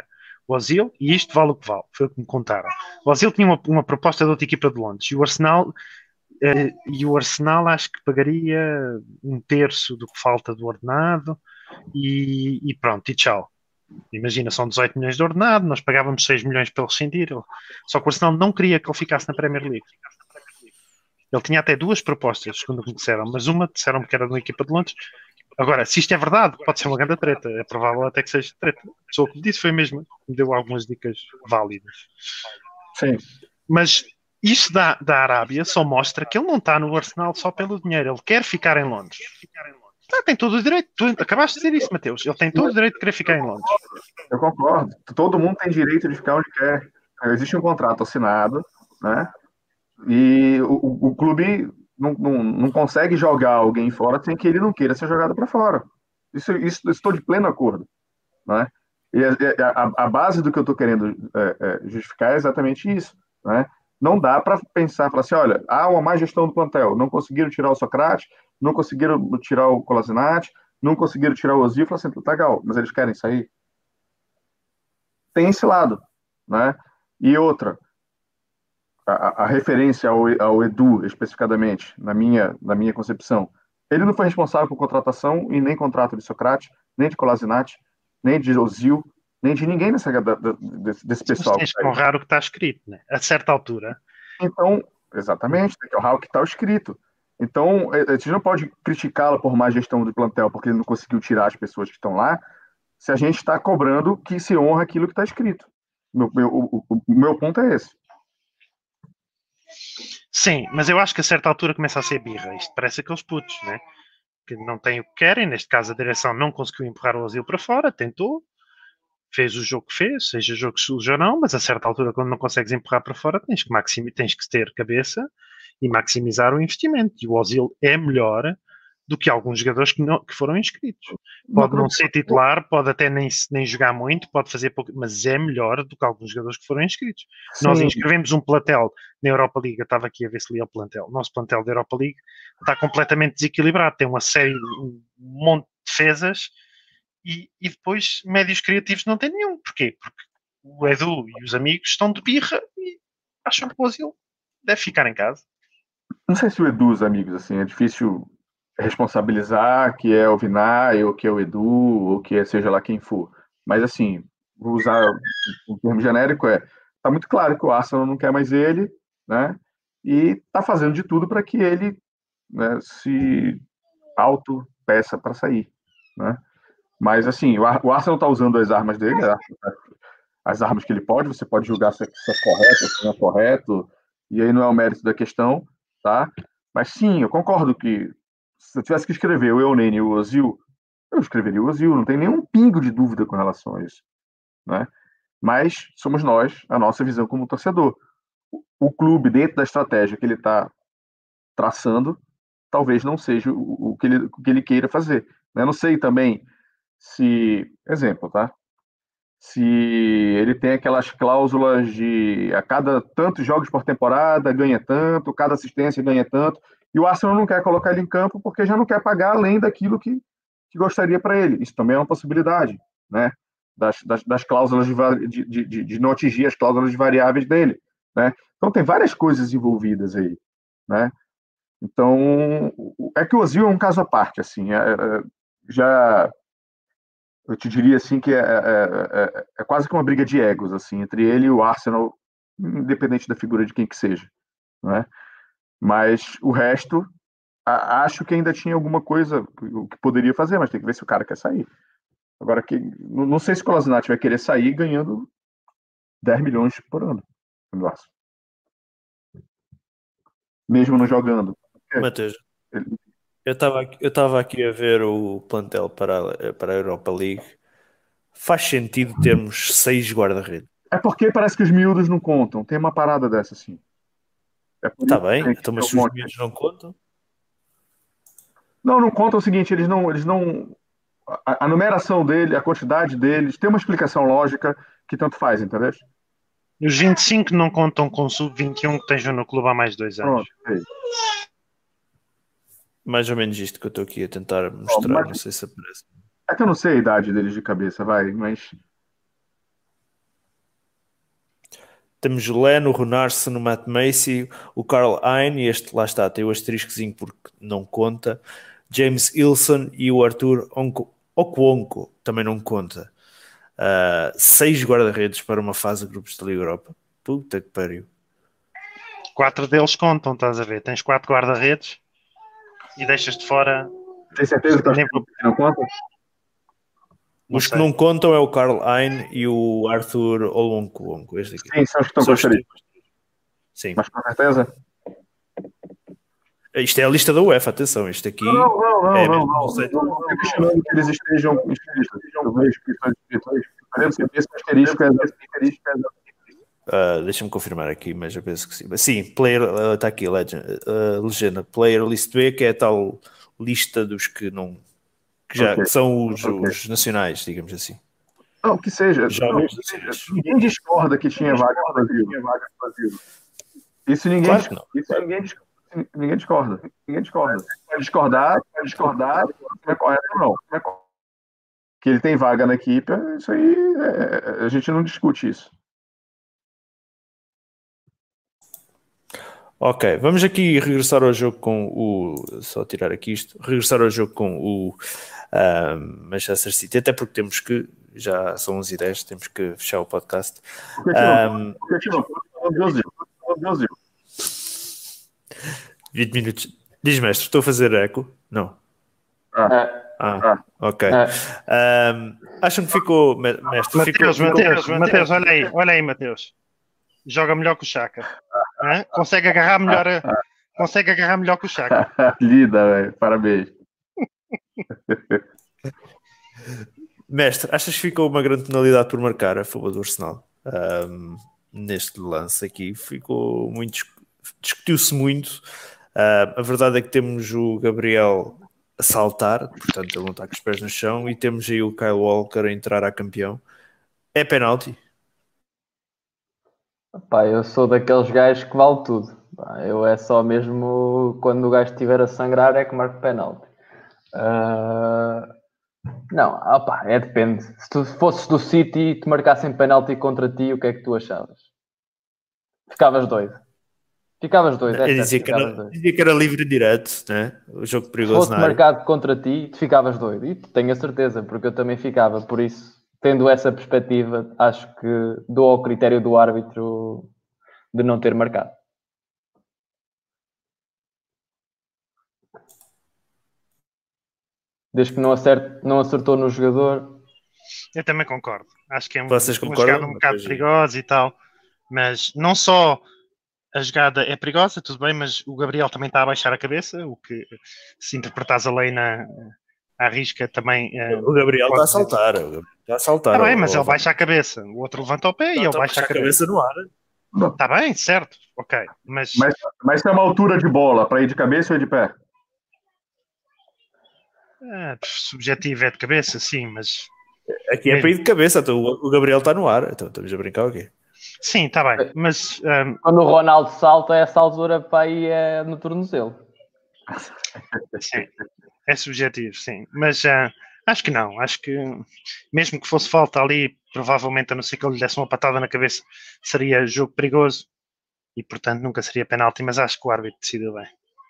O Ozil, e isto vale o que vale, foi o que me contaram. O Ozil tinha uma, uma proposta de outra equipa de Londres e o Arsenal, eh, e o Arsenal acho que pagaria um terço do que falta do ordenado e, e pronto, e tchau. Imagina, são dezoito milhões de ordenado, nós pagávamos seis milhões para ele rescindir. Só que o Arsenal não queria que ele ficasse na Premier League. Ele tinha até duas propostas, segundo o que me disseram, mas uma disseram que era de uma equipa de Londres. Agora, se isto é verdade, pode ser uma grande treta. É provável até que seja treta. A pessoa que me disse foi mesmo, me deu algumas dicas válidas. Sim. Mas isto da, da Arábia só mostra que ele não está no Arsenal só pelo dinheiro. Ele quer ficar em Londres. Ah, tem todo o direito. Tu acabaste de dizer isso, Mateus. Ele tem todo o direito de querer ficar em Londres. Eu concordo. Todo mundo tem direito de ficar onde quer. Existe um contrato assinado, né? E o, o clube não, não, não consegue jogar alguém fora sem que ele não queira ser jogado para fora. Isso, isso estou de pleno acordo, né? E a, a, a base do que eu estou querendo é, é, justificar é exatamente isso, né? Não dá para pensar, falar assim, olha, há uma má gestão do plantel, não conseguiram tirar o Socrates, não conseguiram tirar o Kolasinac, não conseguiram tirar o Ozil, falar assim, tá legal, mas eles querem sair. Tem esse lado, né? E outra, a, a referência ao, ao Edu, especificadamente, na minha, na minha concepção, ele não foi responsável por contratação e nem contrato de Socrates, nem de Kolasinac, nem de Ozil, nem de ninguém nessa, da, da, desse, desse pessoal. Mas tens que honrar o que está escrito, né? A certa altura. Então, exatamente, tem que honrar o que está escrito. Então, a gente não pode criticá-lo por má gestão do plantel, porque ele não conseguiu tirar as pessoas que estão lá, se a gente está cobrando que se honra aquilo que está escrito. Meu, meu, o, o, o meu ponto é esse. Sim, mas eu acho que a certa altura começa a ser birra. Isto parece aqueles putos, né? Que não têm o que querem. Neste caso, a direção não conseguiu empurrar o Ozil para fora, tentou, fez o jogo que fez, seja jogo sujo ou não, mas a certa altura, quando não consegues empurrar para fora, tens que, maximi- tens que ter cabeça e maximizar o investimento. E o Ozil é melhor do que alguns jogadores que, não, que foram inscritos. Pode não ser titular, pode até nem, nem jogar muito, pode fazer pouco, mas é melhor do que alguns jogadores que foram inscritos. Sim. Nós inscrevemos um plantel na Europa League, eu estava aqui a ver se lia o plantel, o nosso plantel da Europa League está completamente desequilibrado, tem uma série, um monte de defesas e, e depois médios criativos não tem nenhum. Porquê? Porque o Edu e os amigos estão de birra e acham que o Ozil deve ficar em casa. Não sei se o Edu, os amigos, assim, é difícil responsabilizar que é o Vinay, ou que é o Edu, ou que é seja lá quem for. Mas, assim, vou usar um termo genérico, é, tá muito claro que o Arsenal não quer mais ele, né, e tá fazendo de tudo para que ele, né, se auto-peça para sair, né. Mas, assim, o Arsenal tá usando as armas dele, as armas que ele pode, você pode julgar se é correto, se não é correto, e aí não é o mérito da questão, tá? Mas, sim, eu concordo que se eu tivesse que escrever o Elneny e o Ozil, eu escreveria o Ozil, não tem nenhum pingo de dúvida com relação a isso, né? Mas somos nós, a nossa visão como torcedor. O clube, dentro da estratégia que ele está traçando, talvez não seja o, o, que ele, o que ele queira fazer. Eu não sei também se... Exemplo, tá? Se ele tem aquelas cláusulas de a cada tantos jogos por temporada ganha tanto, cada assistência ganha tanto, e o Arsenal não quer colocar ele em campo porque já não quer pagar além daquilo que, que gostaria para ele. Isso também é uma possibilidade, né? Das, das, das cláusulas de, de, de, de não atingir as cláusulas de variáveis dele, né? Então tem várias coisas envolvidas aí, né? Então é que o Ozil é um caso à parte, assim, é, é, já eu te diria assim que é, é, é, é quase que uma briga de egos assim entre ele e o Arsenal, independente da figura de quem que seja, não é? Mas o resto, a, acho que ainda tinha alguma coisa que, que poderia fazer, mas tem que ver se o cara quer sair. Agora, que, não, não sei se o Kolasinac vai querer sair ganhando dez milhões por ano, no Arsenal. Mesmo não jogando. Mateus, ele... eu estava eu estava aqui a ver o plantel para a, para a Europa League. Faz sentido termos seis guarda-redes? É porque parece que os miúdos não contam. Tem uma parada dessa, assim. Está é bem, então, mas se os miúdos não contam? Não, não contam o seguinte, eles não... Eles não a, a numeração dele, a quantidade deles, tem uma explicação lógica que tanto faz, entendeu? Os vinte e cinco não contam com o sub vinte e um que estejam no clube há mais de dois anos. Pronto, é. Mais ou menos isto que eu estou aqui a tentar mostrar, oh, mas... não sei se aparece. É que eu não sei a idade deles de cabeça, vai, mas... temos o Len, o Runarsson, o Matt Macy, o Carl Hein, este lá está, tem o asteriscozinho porque não conta, James Ilson e o Arthur Okwonko também não conta. Uh, seis guarda-redes para uma fase de grupos da Liga Europa. Puta que pariu. Quatro deles contam, estás a ver? Tens quatro guarda-redes e deixas de fora. Tem certeza que Nem- não conta? Não Os que sei. não contam é o Carl Hein e o Arthur Olonco. Este aqui. Sim, são os que estão São com os asterisco. Sim. Mas com certeza? Isto é a lista da UEFA, atenção. Isto aqui Não, não, não, é não, mesmo não, do site. não, não estou questionando que eles estejam inscritos. Eu vejo que são inscritos. Parece que esse asterisco é asterisco é Uh, Deixa-me confirmar aqui, mas eu penso que sim. Sim, player, está aqui, legend, uh, legenda. Player List B, que é a tal lista dos que não. Que já Ok. que são os, Ok. os nacionais, digamos assim. Não, que seja. Jovens Não, nacionais. ninguém discorda que tinha vaga no Brasil. Isso ninguém, Claro que não. isso ninguém, dis- ninguém discorda. Ninguém discorda. Pode discordar, pode discordar, se é correto ou não. Se é correto. Que ele tem vaga na equipe, isso aí é- a gente não discute isso. Ok, vamos aqui regressar ao jogo com o. Só tirar aqui isto. Regressar ao jogo com o ah, Manchester City, até porque temos que. Já são onze e dez, temos que fechar o podcast. Por que que não? Por que que não? Pelo Deus, pelo Deus, Deus. vinte minutos. Diz, mestre, estou a fazer eco? Não. É, Ah, ok. é. Um, acham que ficou, me- mestre? Mateus, ficou, Mateus, ficou- Mateus, olha aí, olha aí, Mateus. Joga melhor que o Chaka. Hã? Consegue agarrar melhor, a- consegue agarrar melhor que o Chaka. Lida, velho. Parabéns. Mestre, achas que ficou uma grande penalidade por marcar a favor do Arsenal? Um, neste lance aqui ficou muito dis- discutiu-se muito. Uh, a verdade é que temos o Gabriel a saltar, portanto ele não está com os pés no chão, e temos aí o Kyle Walker a entrar a campeão. É penalti? Pá, eu sou daqueles gajos que vale tudo. Pá, eu é só mesmo quando o gajo estiver a sangrar é que marco penalti. Ah, não, opá, é depende. Se tu fosses do City e te marcassem penalti contra ti, o que é que tu achavas? Ficavas doido. Ficavas doido, é Eu certo, dizia que, ficavas era, doido. dizia que era livre e direto, né? O jogo Se perigoso fosse na área. marcado contra ti, tu ficavas doido. E tenho a certeza, porque eu também ficava. Por isso, tendo essa perspectiva, acho que dou ao critério do árbitro de não ter marcado. Desde que não, acerte, não acertou no jogador. Eu também concordo. Acho que é um- Vocês uma concordam? jogada um bocado Pois é. perigosa e tal. Mas não só a jogada é perigosa, tudo bem, mas o Gabriel também está a baixar a cabeça, o que, se interpretares a lei na, à risca, também. eh, O Gabriel está pode a dizer- saltar. O Gabriel está a saltar. Está bem, ó, mas ó, ele baixa a cabeça. O outro levanta o pé e ele Então, baixa a a cabeça. cabeça no ar. Está bem, certo. Ok. Mas, Mas, mas tem uma altura de bola para ir de cabeça ou ir de pé? eh, subjetivo é de cabeça, sim, mas. Aqui é Mesmo. para ir de cabeça. Então, o o Gabriel está no ar. Então estamos a brincar aqui. Sim, está bem. Mas ehm, Quando o Ronaldo salta, essa altura para aí é no tornozelo. sim, é subjetivo, sim. Mas ah, acho que não. Acho que mesmo que fosse falta ali, provavelmente, a não ser que ele lhe desse uma patada na cabeça, seria jogo perigoso e, portanto, nunca seria penalti. Mas acho que o árbitro decidiu bem.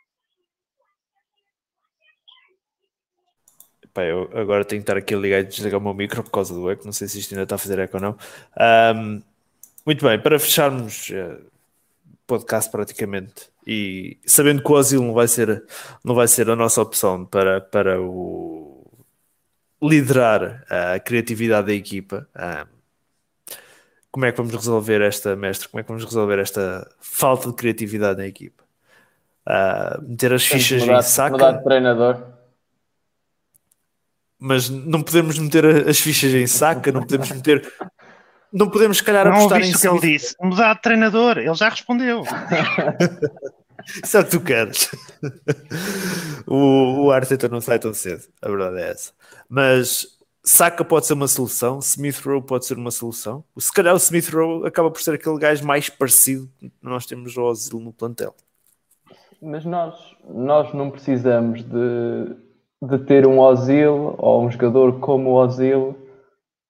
Pá, eu agora tenho que estar aqui a ligar e desligar o meu micro por causa do eco. Não sei se isto ainda está a fazer eco ou não. Ahm, muito bem, para fecharmos eh, o podcast praticamente e sabendo que o Ozil não vai ser, não vai ser a nossa opção para, para o liderar a criatividade da equipa, ahm, como é que vamos resolver esta, mestre? Como é que vamos resolver esta falta de criatividade na equipa? Ah, meter as Temos fichas de mudar, em saca, mudar de treinador. mas não podemos meter a- as fichas em saca, não podemos meter, não podemos, se calhar, Não apostar em ouviste o que ele Smith. disse? Mudar de treinador. Ele já respondeu. Isso é o que tu queres. o, o Arteta não sai tão cedo, a verdade é essa. Mas Saka pode ser uma solução, Smith Rowe pode ser uma solução. Se calhar o Smith Rowe acaba por ser aquele gajo mais parecido que nós temos ao Ozil no plantel. Mas nós, nós não precisamos de, de ter um Ozil ou um jogador como o Ozil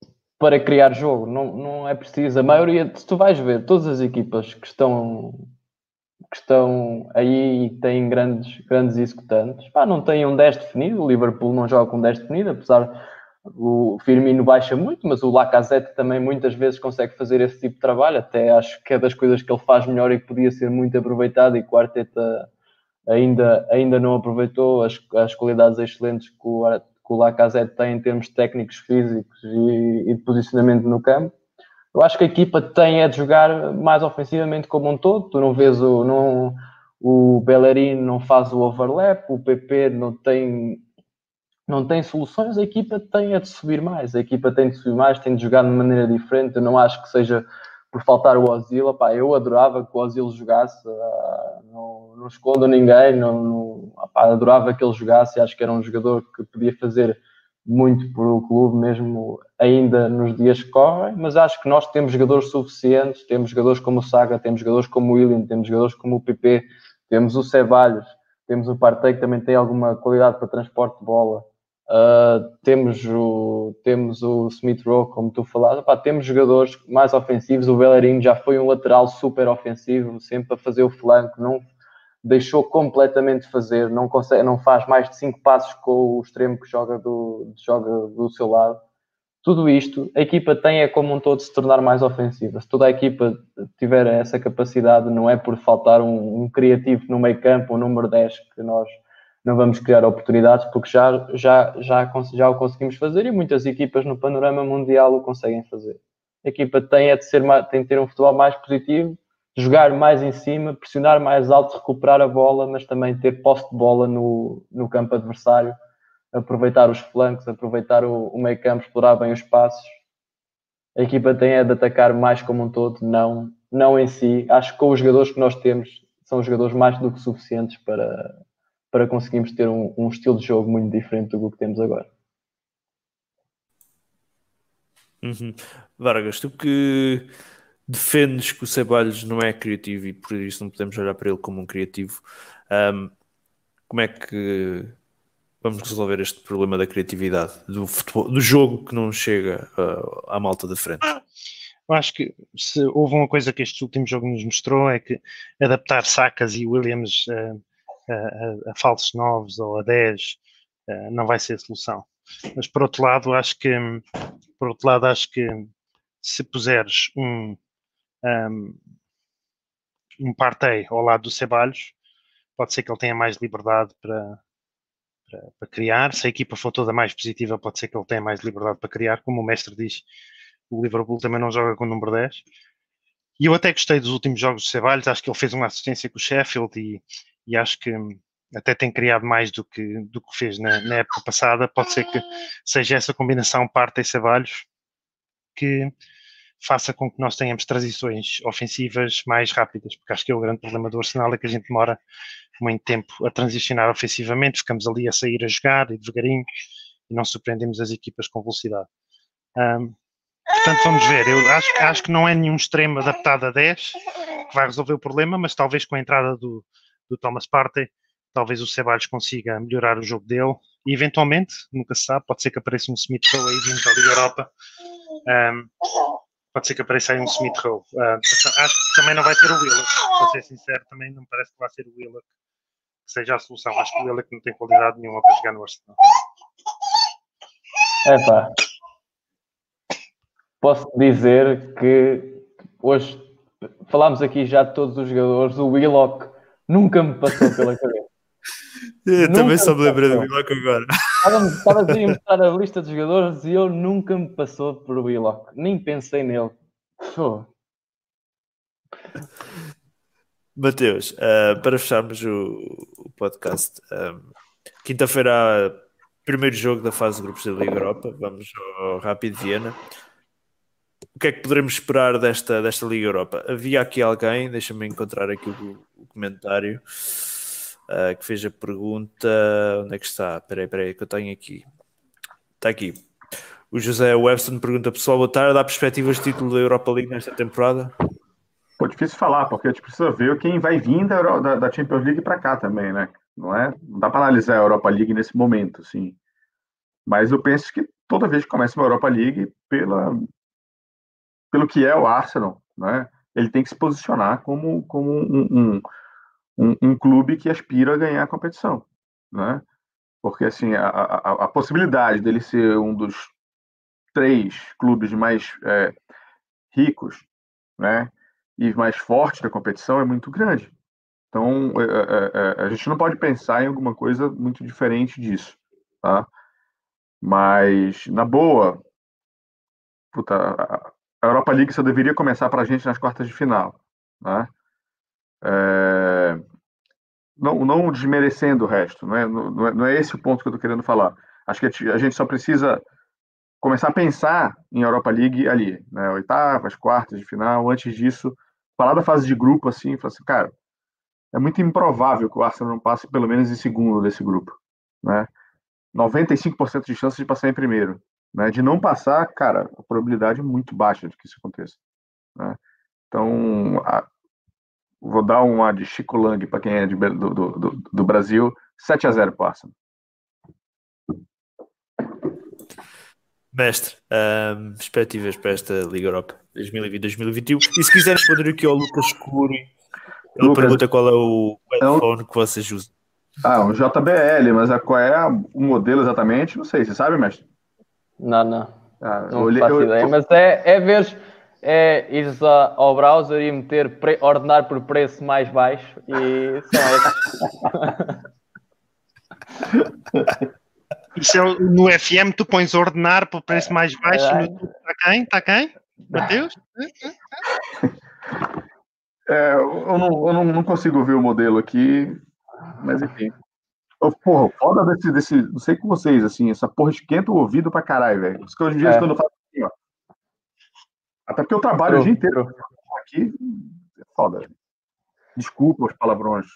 para criar jogo. Não, não é preciso. A maioria, se tu vais ver, todas as equipas que estão, que estão aí e têm grandes, grandes executantes, pá, não têm um dez definido. O Liverpool não joga com dez definido, apesar o Firmino baixa muito, mas o Lacazette também muitas vezes consegue fazer esse tipo de trabalho. Até acho que é das coisas que ele faz melhor e que podia ser muito aproveitado, e que o Arteta ainda, ainda não aproveitou as, as qualidades excelentes que o, que o Lacazette tem em termos técnicos, físicos e, e de posicionamento no campo. Eu acho que a equipa tem é de jogar mais ofensivamente como um todo. Tu não vês o... Não, o Bellerin não faz o overlap, o P P não tem... não tem soluções, a equipa tem a de subir mais, a equipa tem de subir mais, tem de jogar de maneira diferente. Eu não acho que seja por faltar o Ozil. Opá, eu adorava que o Ozil jogasse, uh, não, não escondo ninguém, não, não, opá, adorava que ele jogasse, acho que era um jogador que podia fazer muito por o clube, mesmo ainda nos dias que correm, mas acho que nós temos jogadores suficientes, temos jogadores como o Saga, temos jogadores como o William, temos jogadores como o P P, temos o Ceballos, temos o Partey, que também tem alguma qualidade para transporte de bola. Uh, temos o, temos o Smith Rowe, como tu falaste. Epá, temos jogadores mais ofensivos. O Bellerin já foi um lateral super ofensivo, sempre a fazer o flanco, não deixou completamente de fazer, não, consegue, não faz mais de cinco passos com o extremo que joga do, joga do seu lado. Tudo isto, a equipa tem é como um todo se tornar mais ofensiva. Se toda a equipa tiver essa capacidade, não é por faltar um, um criativo no meio campo, um número dez, que nós não vamos criar oportunidades, porque já, já, já, já o conseguimos fazer, e muitas equipas no panorama mundial o conseguem fazer. A equipa tem, é de, ser, tem de ter um futebol mais positivo, jogar mais em cima, pressionar mais alto, recuperar a bola, mas também ter posse de bola no, no campo adversário, aproveitar os flancos, aproveitar o, o meio campo, explorar bem os passos. A equipa tem é de atacar mais como um todo, não, não em si. Acho que com os jogadores que nós temos, são jogadores mais do que suficientes para... para conseguirmos ter um, um estilo de jogo muito diferente do que temos agora. Uhum. Vargas, tu que defendes que o Ceballos não é criativo e por isso não podemos olhar para ele como um criativo, um, como é que vamos resolver este problema da criatividade do, futebol, do jogo que não chega uh, à malta da frente? Eu acho que se houve uma coisa que este último jogo nos mostrou, é que adaptar Sakas e Williams uh, A, a, a falsos novos ou a dez uh, não vai ser a solução. Mas por outro lado acho que por outro lado acho que se puseres um um, um Partey ao lado do Ceballos, pode ser que ele tenha mais liberdade para, para, para criar. Se a equipa for toda mais positiva, pode ser que ele tenha mais liberdade para criar. Como o mestre diz, o Liverpool também não joga com o número dez. E eu até gostei dos últimos jogos do Ceballos. Acho que ele fez uma assistência com o Sheffield e e acho que até tem criado mais do que, do que fez na, na época passada. Pode ser que seja essa combinação Partey e Ceballos que faça com que nós tenhamos transições ofensivas mais rápidas, porque acho que é o grande problema do Arsenal, é que a gente demora muito tempo a transicionar ofensivamente, ficamos ali a sair a jogar e devagarinho e não surpreendemos as equipas com velocidade. Um, portanto, vamos ver. Eu acho, acho que não é nenhum extremo adaptado a dez que vai resolver o problema, mas talvez com a entrada do do Thomas Partey, talvez o Ceballos consiga melhorar o jogo dele e eventualmente, nunca se sabe, pode ser que apareça um Smith Rowe aí vindo da Liga Europa, um, pode ser que apareça aí um Smith Rowe. Um, acho que também não vai ter o Willock, para ser sincero, também não me parece que vai ser o Willock que seja a solução. Acho que o Willock não tem qualidade nenhuma para jogar no Arsenal. É pá, posso dizer que hoje falámos aqui já de todos os jogadores, o Willock nunca me passou pela cabeça. Eu Nunca também só me lembrei do passou. Willock agora. Estavas a mostrar a lista de jogadores e eu nunca me passou por Willock. Nem pensei nele. Pô. Mateus, uh, para fecharmos o, o podcast, um, quinta-feira há primeiro jogo da fase de grupos da Liga Europa. Vamos ao Rapid Viena. O que é que poderemos esperar desta, desta Liga Europa? Havia aqui alguém, deixa-me encontrar aqui o, o comentário, uh, que fez a pergunta. Onde é que está? Espera aí, espera aí, que eu tenho aqui. Está aqui. O José Webster pergunta: pessoal, boa tarde, há perspectivas de título da Europa League nesta temporada? Pô, difícil falar, porque a gente precisa ver quem vai vir da, Euro, da, da Champions League para cá também, né? Não é? Não dá para analisar a Europa League nesse momento, assim. Mas eu penso que toda vez que começa uma Europa League, pela, pelo que é o Arsenal, né, ele tem que se posicionar como, como um, um, um, um clube que aspira a ganhar a competição, né? Porque assim, a, a, a possibilidade dele ser um dos três clubes mais é, ricos, né, e mais fortes da competição é muito grande. Então, é, é, a gente não pode pensar em alguma coisa muito diferente disso, tá? Mas, na boa, puta, a Europa League só deveria começar para a gente nas quartas de final, né? É, não, não desmerecendo o resto, não é, não, é, não é esse o ponto que eu estou querendo falar. Acho que a gente só precisa começar a pensar em Europa League ali, né? Oitavas, quartas de final. Antes disso, falar da fase de grupo assim, falar assim, cara, é muito improvável que o Arsenal não passe pelo menos em segundo desse grupo, né? noventa e cinco por cento de chance de passar em primeiro, né? De não passar, cara, a probabilidade é muito baixa de que isso aconteça, né? Então, a, vou dar uma de Chico Lang para quem é de, do, do, do Brasil, sete a zero para o Arsenal. Mestre, um, expectativas para esta Liga Europa dois mil e vinte, dois mil e vinte e um. E se quiser responder aqui ao Lucas Curi, ele Lucas, pergunta qual é o é um, headphone que vocês usam. ah, um J B L, mas a, qual é o modelo exatamente? Não sei, você sabe, mestre? Não, não. Ah, Não olhei, faço eu, ideia. eu, Mas é, é ver, é ires a- ao browser e meter, pre- ordenar por preço mais baixo e são esses. Isso é, o- no F M tu pões ordenar para o preço mais baixo e no YouTube está quem? Está quem? Mateus? é, eu, não, eu não, não consigo ver o modelo aqui, mas enfim. Ô, porra, foda desse, desse. Não sei com vocês, assim, essa porra esquenta o ouvido pra caralho, velho. Por isso que hoje em dia, É. quando eu faço assim, ó. Até porque eu trabalho o dia True, inteiro true. aqui, é foda. Desculpa os palavrões.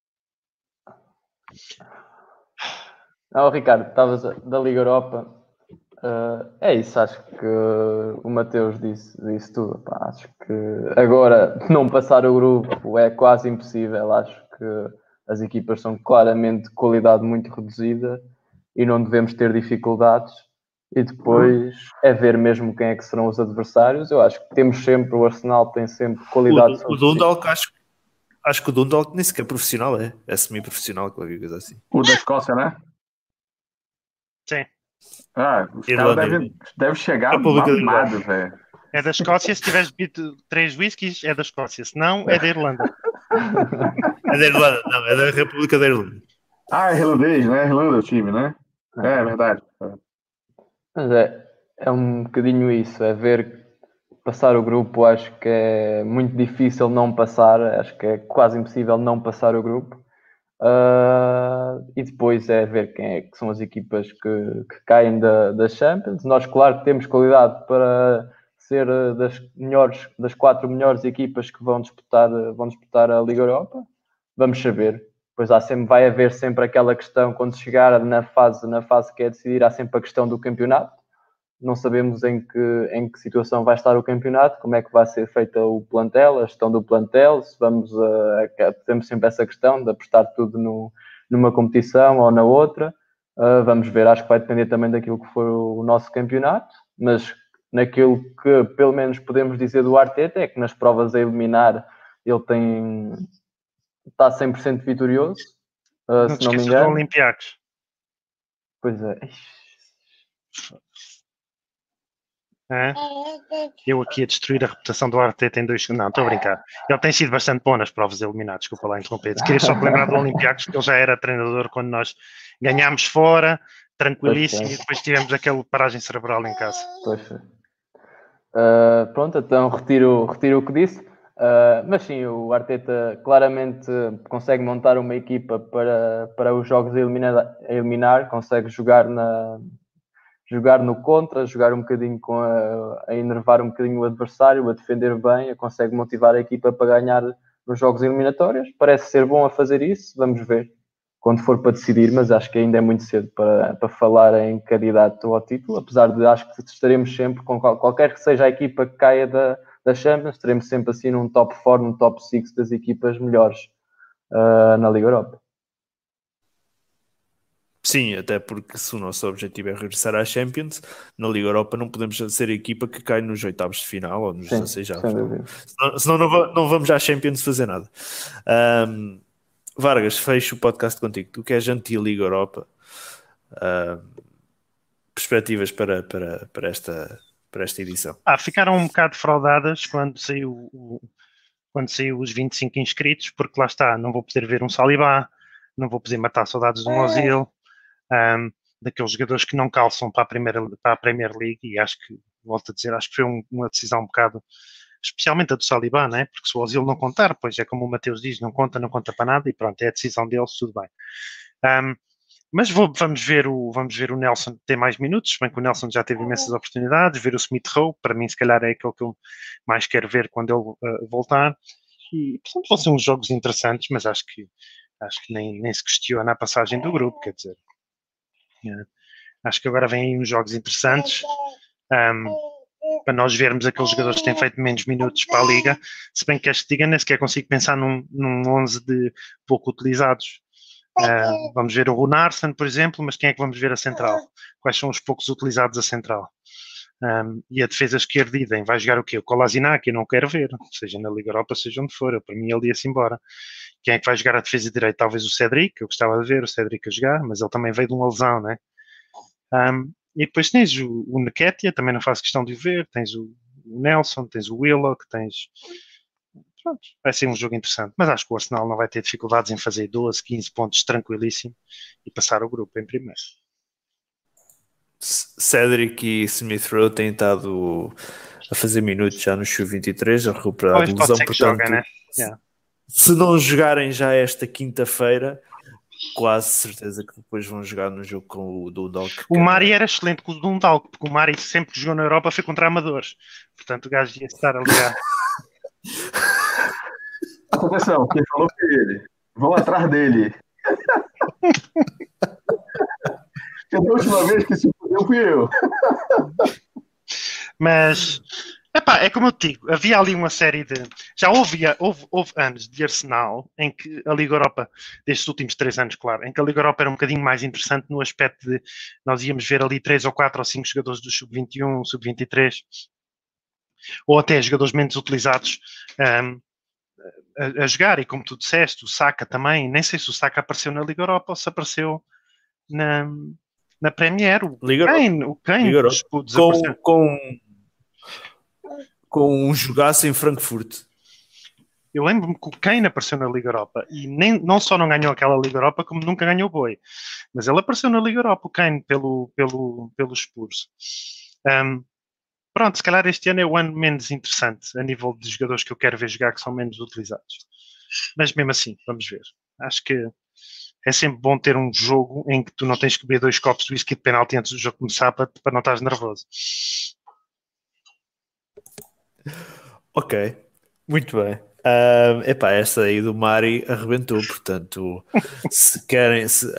Não, Ricardo, estavas a- da Liga Europa. Uh, é isso, acho que o Mateus disse, disse tudo. Pá, acho que agora não passar o grupo é quase impossível. Acho que as equipas são claramente de qualidade muito reduzida e não devemos ter dificuldades. E depois é ver mesmo quem é que serão os adversários. Eu acho que temos sempre, o Arsenal tem sempre qualidade O, o suficiente. Dundalk, acho, acho que o Dundalk nem sequer é profissional, é? É semi-profissional, qualquer coisa assim. O da Escócia, né? Sim. Ah, os caras Irlanda. devem deve chegar República da mamado, velho. É da Escócia, se tiveres bebido três whiskies, é da Escócia. Se não, é da Irlanda. É da Irlanda, não, é da República da Irlanda. Ah, é irlandês, né? Irlanda é o time, né? É, é verdade. Mas é, é um bocadinho isso, é ver passar o grupo. Acho que é muito difícil não passar, acho que é quase impossível não passar o grupo. Uh, e depois é ver quem é que são as equipas que, que caem da, da Champions. Nós, claro, temos qualidade para ser das melhores, das quatro melhores equipas que vão disputar, vão disputar a Liga Europa. Vamos saber. Pois há sempre, vai haver sempre aquela questão, quando chegar na fase, na fase que é decidir, há sempre a questão do campeonato. Não sabemos em que, em que situação vai estar o campeonato, como é que vai ser feita o plantel, a gestão do plantel, se vamos a, a, temos sempre essa questão de apostar tudo no, numa competição ou na outra. Uh, vamos ver, acho que vai depender também daquilo que for o nosso campeonato, mas naquilo que pelo menos podemos dizer do Arteta é que nas provas a eliminar ele tem, está cem por cento vitorioso, uh, Não se te não me esqueças do engano. Olympiacos. Pois é. É? Eu aqui a destruir a reputação do Arteta em dois... Não, estou a brincar. Ele tem sido bastante bom nas provas eliminadas. Desculpa lá interromper. Queria só te lembrar do Olympiacos, que ele já era treinador quando nós ganhámos fora, tranquilíssimo, e depois tivemos aquela paragem cerebral em casa. Pois foi. Uh, pronto, então retiro, retiro o que disse. Uh, mas sim, o Arteta claramente consegue montar uma equipa para, para os jogos a eliminar, a eliminar, consegue jogar, na, jogar no contra, jogar um bocadinho com a, a enervar um bocadinho o adversário, a defender bem, a consegue motivar a equipa para ganhar nos jogos eliminatórios. Parece ser bom a fazer isso, vamos ver quando for para decidir, mas acho que ainda é muito cedo para, para falar em candidato ao título, apesar de acho que estaremos sempre, com qualquer que seja a equipa que caia da, da Champions, estaremos sempre assim num top quatro, num top cinco das equipas melhores uh, na Liga Europa. Sim, até porque se o nosso objetivo é regressar à Champions, na Liga Europa não podemos ser a equipa que cai nos oitavos de final ou nos dezasseis avos. Senão, senão não, va- não vamos à Champions fazer nada. Um, Vargas, fecho o podcast contigo. Tu que és anti-Liga Europa, um, perspectivas para, para, para, esta, para esta edição? Ah, ficaram um bocado fraudadas quando saiu, o, quando saiu os vinte e cinco inscritos, porque lá está, não vou poder ver um Saliba, não vou poder matar saudades de um Ozil. Um, daqueles jogadores que não calçam para a, primeira, para a Premier League, e acho que, volto a dizer, acho que foi um, uma decisão um bocado, especialmente a do Saliba, né? Porque se o Ozil não contar, pois é como o Mateus diz, não conta, não conta para nada, e pronto, é a decisão deles, tudo bem. Um, mas vou, vamos, ver o, vamos ver o Nelson ter mais minutos, bem que o Nelson já teve imensas oportunidades, ver o Smith Rowe, para mim se calhar é aquele que eu mais quero ver quando ele uh, voltar, e portanto vão ser uns jogos interessantes, mas acho que, acho que nem, nem se questiona a passagem do grupo, quer dizer. Yeah. Acho que agora vêm aí uns jogos interessantes um, para nós vermos aqueles jogadores que têm feito menos minutos para a Liga, se bem que este Liga nem sequer consigo pensar num, num onze de pouco utilizados. Uh, vamos ver o Runarsson, por exemplo, mas quem é que vamos ver a central? Quais são os poucos utilizados a central? Um, e a defesa esquerda idem, vai jogar o quê? O Kolasinac, eu não quero ver, seja na Liga Europa, seja onde for, eu, para mim ele ia-se embora. Quem é que vai jogar a defesa direita? Talvez o Cédric, eu gostava de ver o Cédric a jogar, mas ele também veio de uma lesão, né? Um, e depois tens o, o Nketiah, também não faço questão de ver, tens o, o Nelson, tens o Willock, tens... Pronto, vai ser um jogo interessante, mas acho que o Arsenal não vai ter dificuldades em fazer doze, quinze pontos tranquilíssimo e passar o grupo em primeiro. Cédric e Smith Rowe têm estado a fazer minutos já no sub vinte e três, a recuperar de lesão, portanto, joga, né? Yeah. Se não jogarem já esta quinta-feira, quase certeza que depois vão jogar no jogo com o Dundalk. O Mari era excelente com o Dundalk, porque o Mari sempre que jogou na Europa foi contra amadores, portanto o gajo ia estar a ligar. Atenção, quem falou foi ele. Vão atrás dele. Porque da última vez que se fudeu fui eu. Mas, epá, é como eu te digo, havia ali uma série de... Já houve, houve, houve anos de Arsenal em que a Liga Europa, destes últimos três anos, claro, em que a Liga Europa era um bocadinho mais interessante no aspecto de nós íamos ver ali três ou quatro ou cinco jogadores do sub vinte e um, sub vinte e três, ou até jogadores menos utilizados um, a, a jogar, e como tu disseste, o Saka também, nem sei se o Saka apareceu na Liga Europa ou se apareceu na... na Premier, o Liga Kane, o Kane com, com, com um jogaço em Frankfurt. Eu lembro-me que o Kane apareceu na Liga Europa e nem, não só não ganhou aquela Liga Europa, como nunca ganhou o boi. Mas ele apareceu na Liga Europa, o Kane, pelo, pelo, pelos Spurs. Um, pronto, se calhar este ano é o ano menos interessante a nível de jogadores que eu quero ver jogar que são menos utilizados. Mas mesmo assim, vamos ver. Acho que é sempre bom ter um jogo em que tu não tens que beber dois copos de whisky de penalti antes do jogo começar para, para não estares nervoso. Ok, muito bem. Uh, epá, esta aí do Mari arrebentou, portanto, se querem... Se...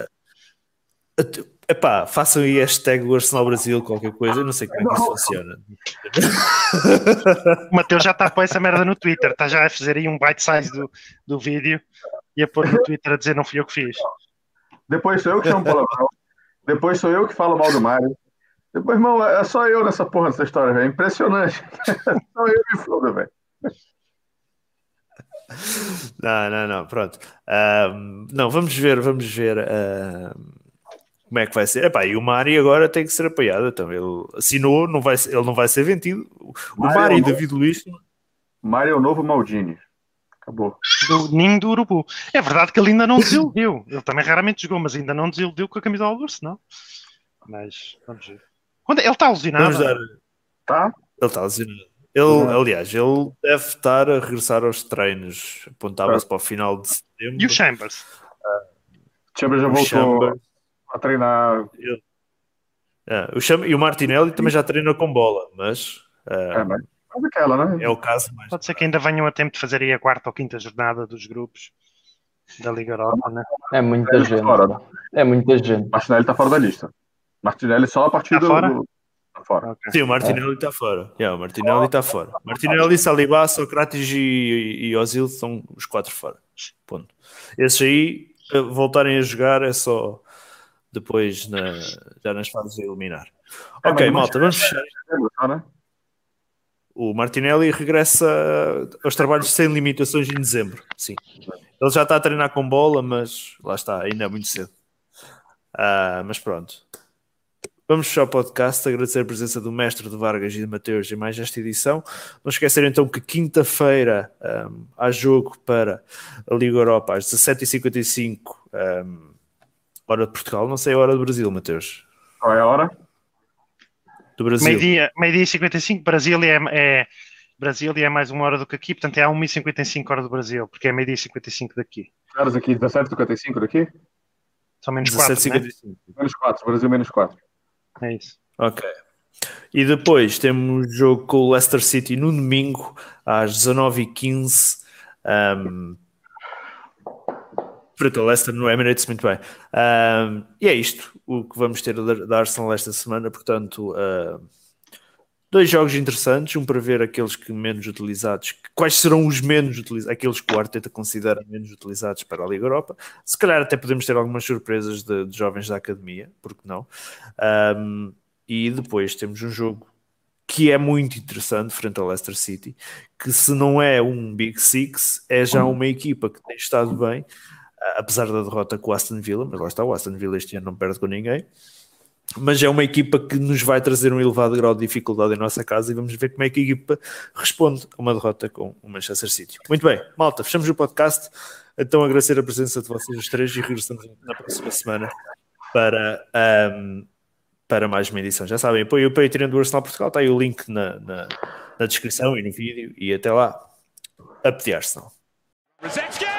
Epá, façam aí hashtag o Arsenal Brasil, qualquer coisa, eu não sei como é que isso funciona. O Mateus já está a pôr essa merda no Twitter, está já a fazer aí um bite size do, do vídeo e a pôr no Twitter a dizer não fui eu que fiz. Depois sou eu que chamo palavrão. Depois sou eu que falo mal do Mário. Depois, irmão, é só eu nessa porra dessa história, velho. Impressionante. É só eu me foda, velho. Não, não, não, pronto. Um, não, vamos ver, vamos ver uh, como é que vai ser. Epá, e o Mari agora tem que ser apoiado. Então, ele assinou, não vai, ele não vai ser vendido. O Mari e David Luiz. Mário é o novo Maldini. Acabou. Do ninho do urubu. É verdade que ele ainda não desiludiu. Ele também raramente jogou, mas ainda não desiludiu com a camisola do Arsenal. Mas, vamos ver. Quando ele está alucinado. Dar... Tá? Ele está alucinado. Ele, uhum. Aliás, ele deve estar a regressar aos treinos. Apontava-se é. para o final de setembro. E o Chambers? Uh, Chambers já voltou Chambers. a treinar. Ele... É, o Cham... E o Martinelli também já treina com bola, mas... Uh... É, mas... Aquela, né? É o caso mais. Pode ser que ainda venham a tempo de fazer aí a quarta ou quinta jornada dos grupos da Liga Europa, né? É muita é gente. Fora. É muita gente. Martinelli está fora da lista. Martinelli só a partir tá do. Fora? do... Tá fora. Okay. Sim, o Martinelli está é. fora. Yeah, o Martinelli está fora. Martinelli, Saliba, Socrates e, e, e Ozil são os quatro fora. Ponto. Esses aí, voltarem a jogar, é só depois na, já nas fases a eliminar. É, ok, mas malta, vamos fechar. Né? O Martinelli regressa aos trabalhos sem limitações em dezembro, sim. Ele já está a treinar com bola, mas lá está, ainda é muito cedo. Uh, mas pronto. Vamos fechar o podcast, agradecer a presença do Mestre de Vargas e de Mateus em mais esta edição. Não esquecer então que quinta-feira um, há jogo para a Liga Europa às dezassete e cinquenta e cinco, um, hora de Portugal. Não sei a hora do Brasil, Mateus. Qual é a hora? Do Brasil. Meio-dia meio e cinquenta e cinco, Brasil é, é, Brasil é mais uma hora do que aqui, portanto é a uma e cinquenta e cinco hora do Brasil, porque é meio-dia e cinquenta e cinco daqui. Horas aqui, dezassete e cinquenta e cinco daqui? São menos quatro, né? Menos quatro, Brasil menos quatro. É isso. Ok. E depois temos jogo com o Leicester City no domingo às dezanove e quinze. Um, Frente ao Leicester no Emirates, muito bem. Um, e é isto o que vamos ter da Arsenal esta semana. Portanto, uh, dois jogos interessantes. Um para ver aqueles que menos utilizados. Quais serão os menos utilizados? Aqueles que o Arteta considera menos utilizados para a Liga Europa. Se calhar até podemos ter algumas surpresas de, de jovens da academia. Porque não? Um, e depois temos um jogo que é muito interessante frente ao Leicester City. Que se não é um Big Six, é já uma equipa que tem estado bem. Apesar da derrota com o Aston Villa, mas lá está, o Aston Villa este ano não perde com ninguém, mas é uma equipa que nos vai trazer um elevado grau de dificuldade em nossa casa e vamos ver como é que a equipa responde a uma derrota com o Manchester City. Muito bem, malta, fechamos o podcast, então agradecer a presença de vocês os três e regressamos na próxima semana para, um, para mais uma edição. Já sabem, apoio o Patreon do Arsenal Portugal, está aí o link na, na, na descrição e no vídeo, e até lá, a pedir Arsenal.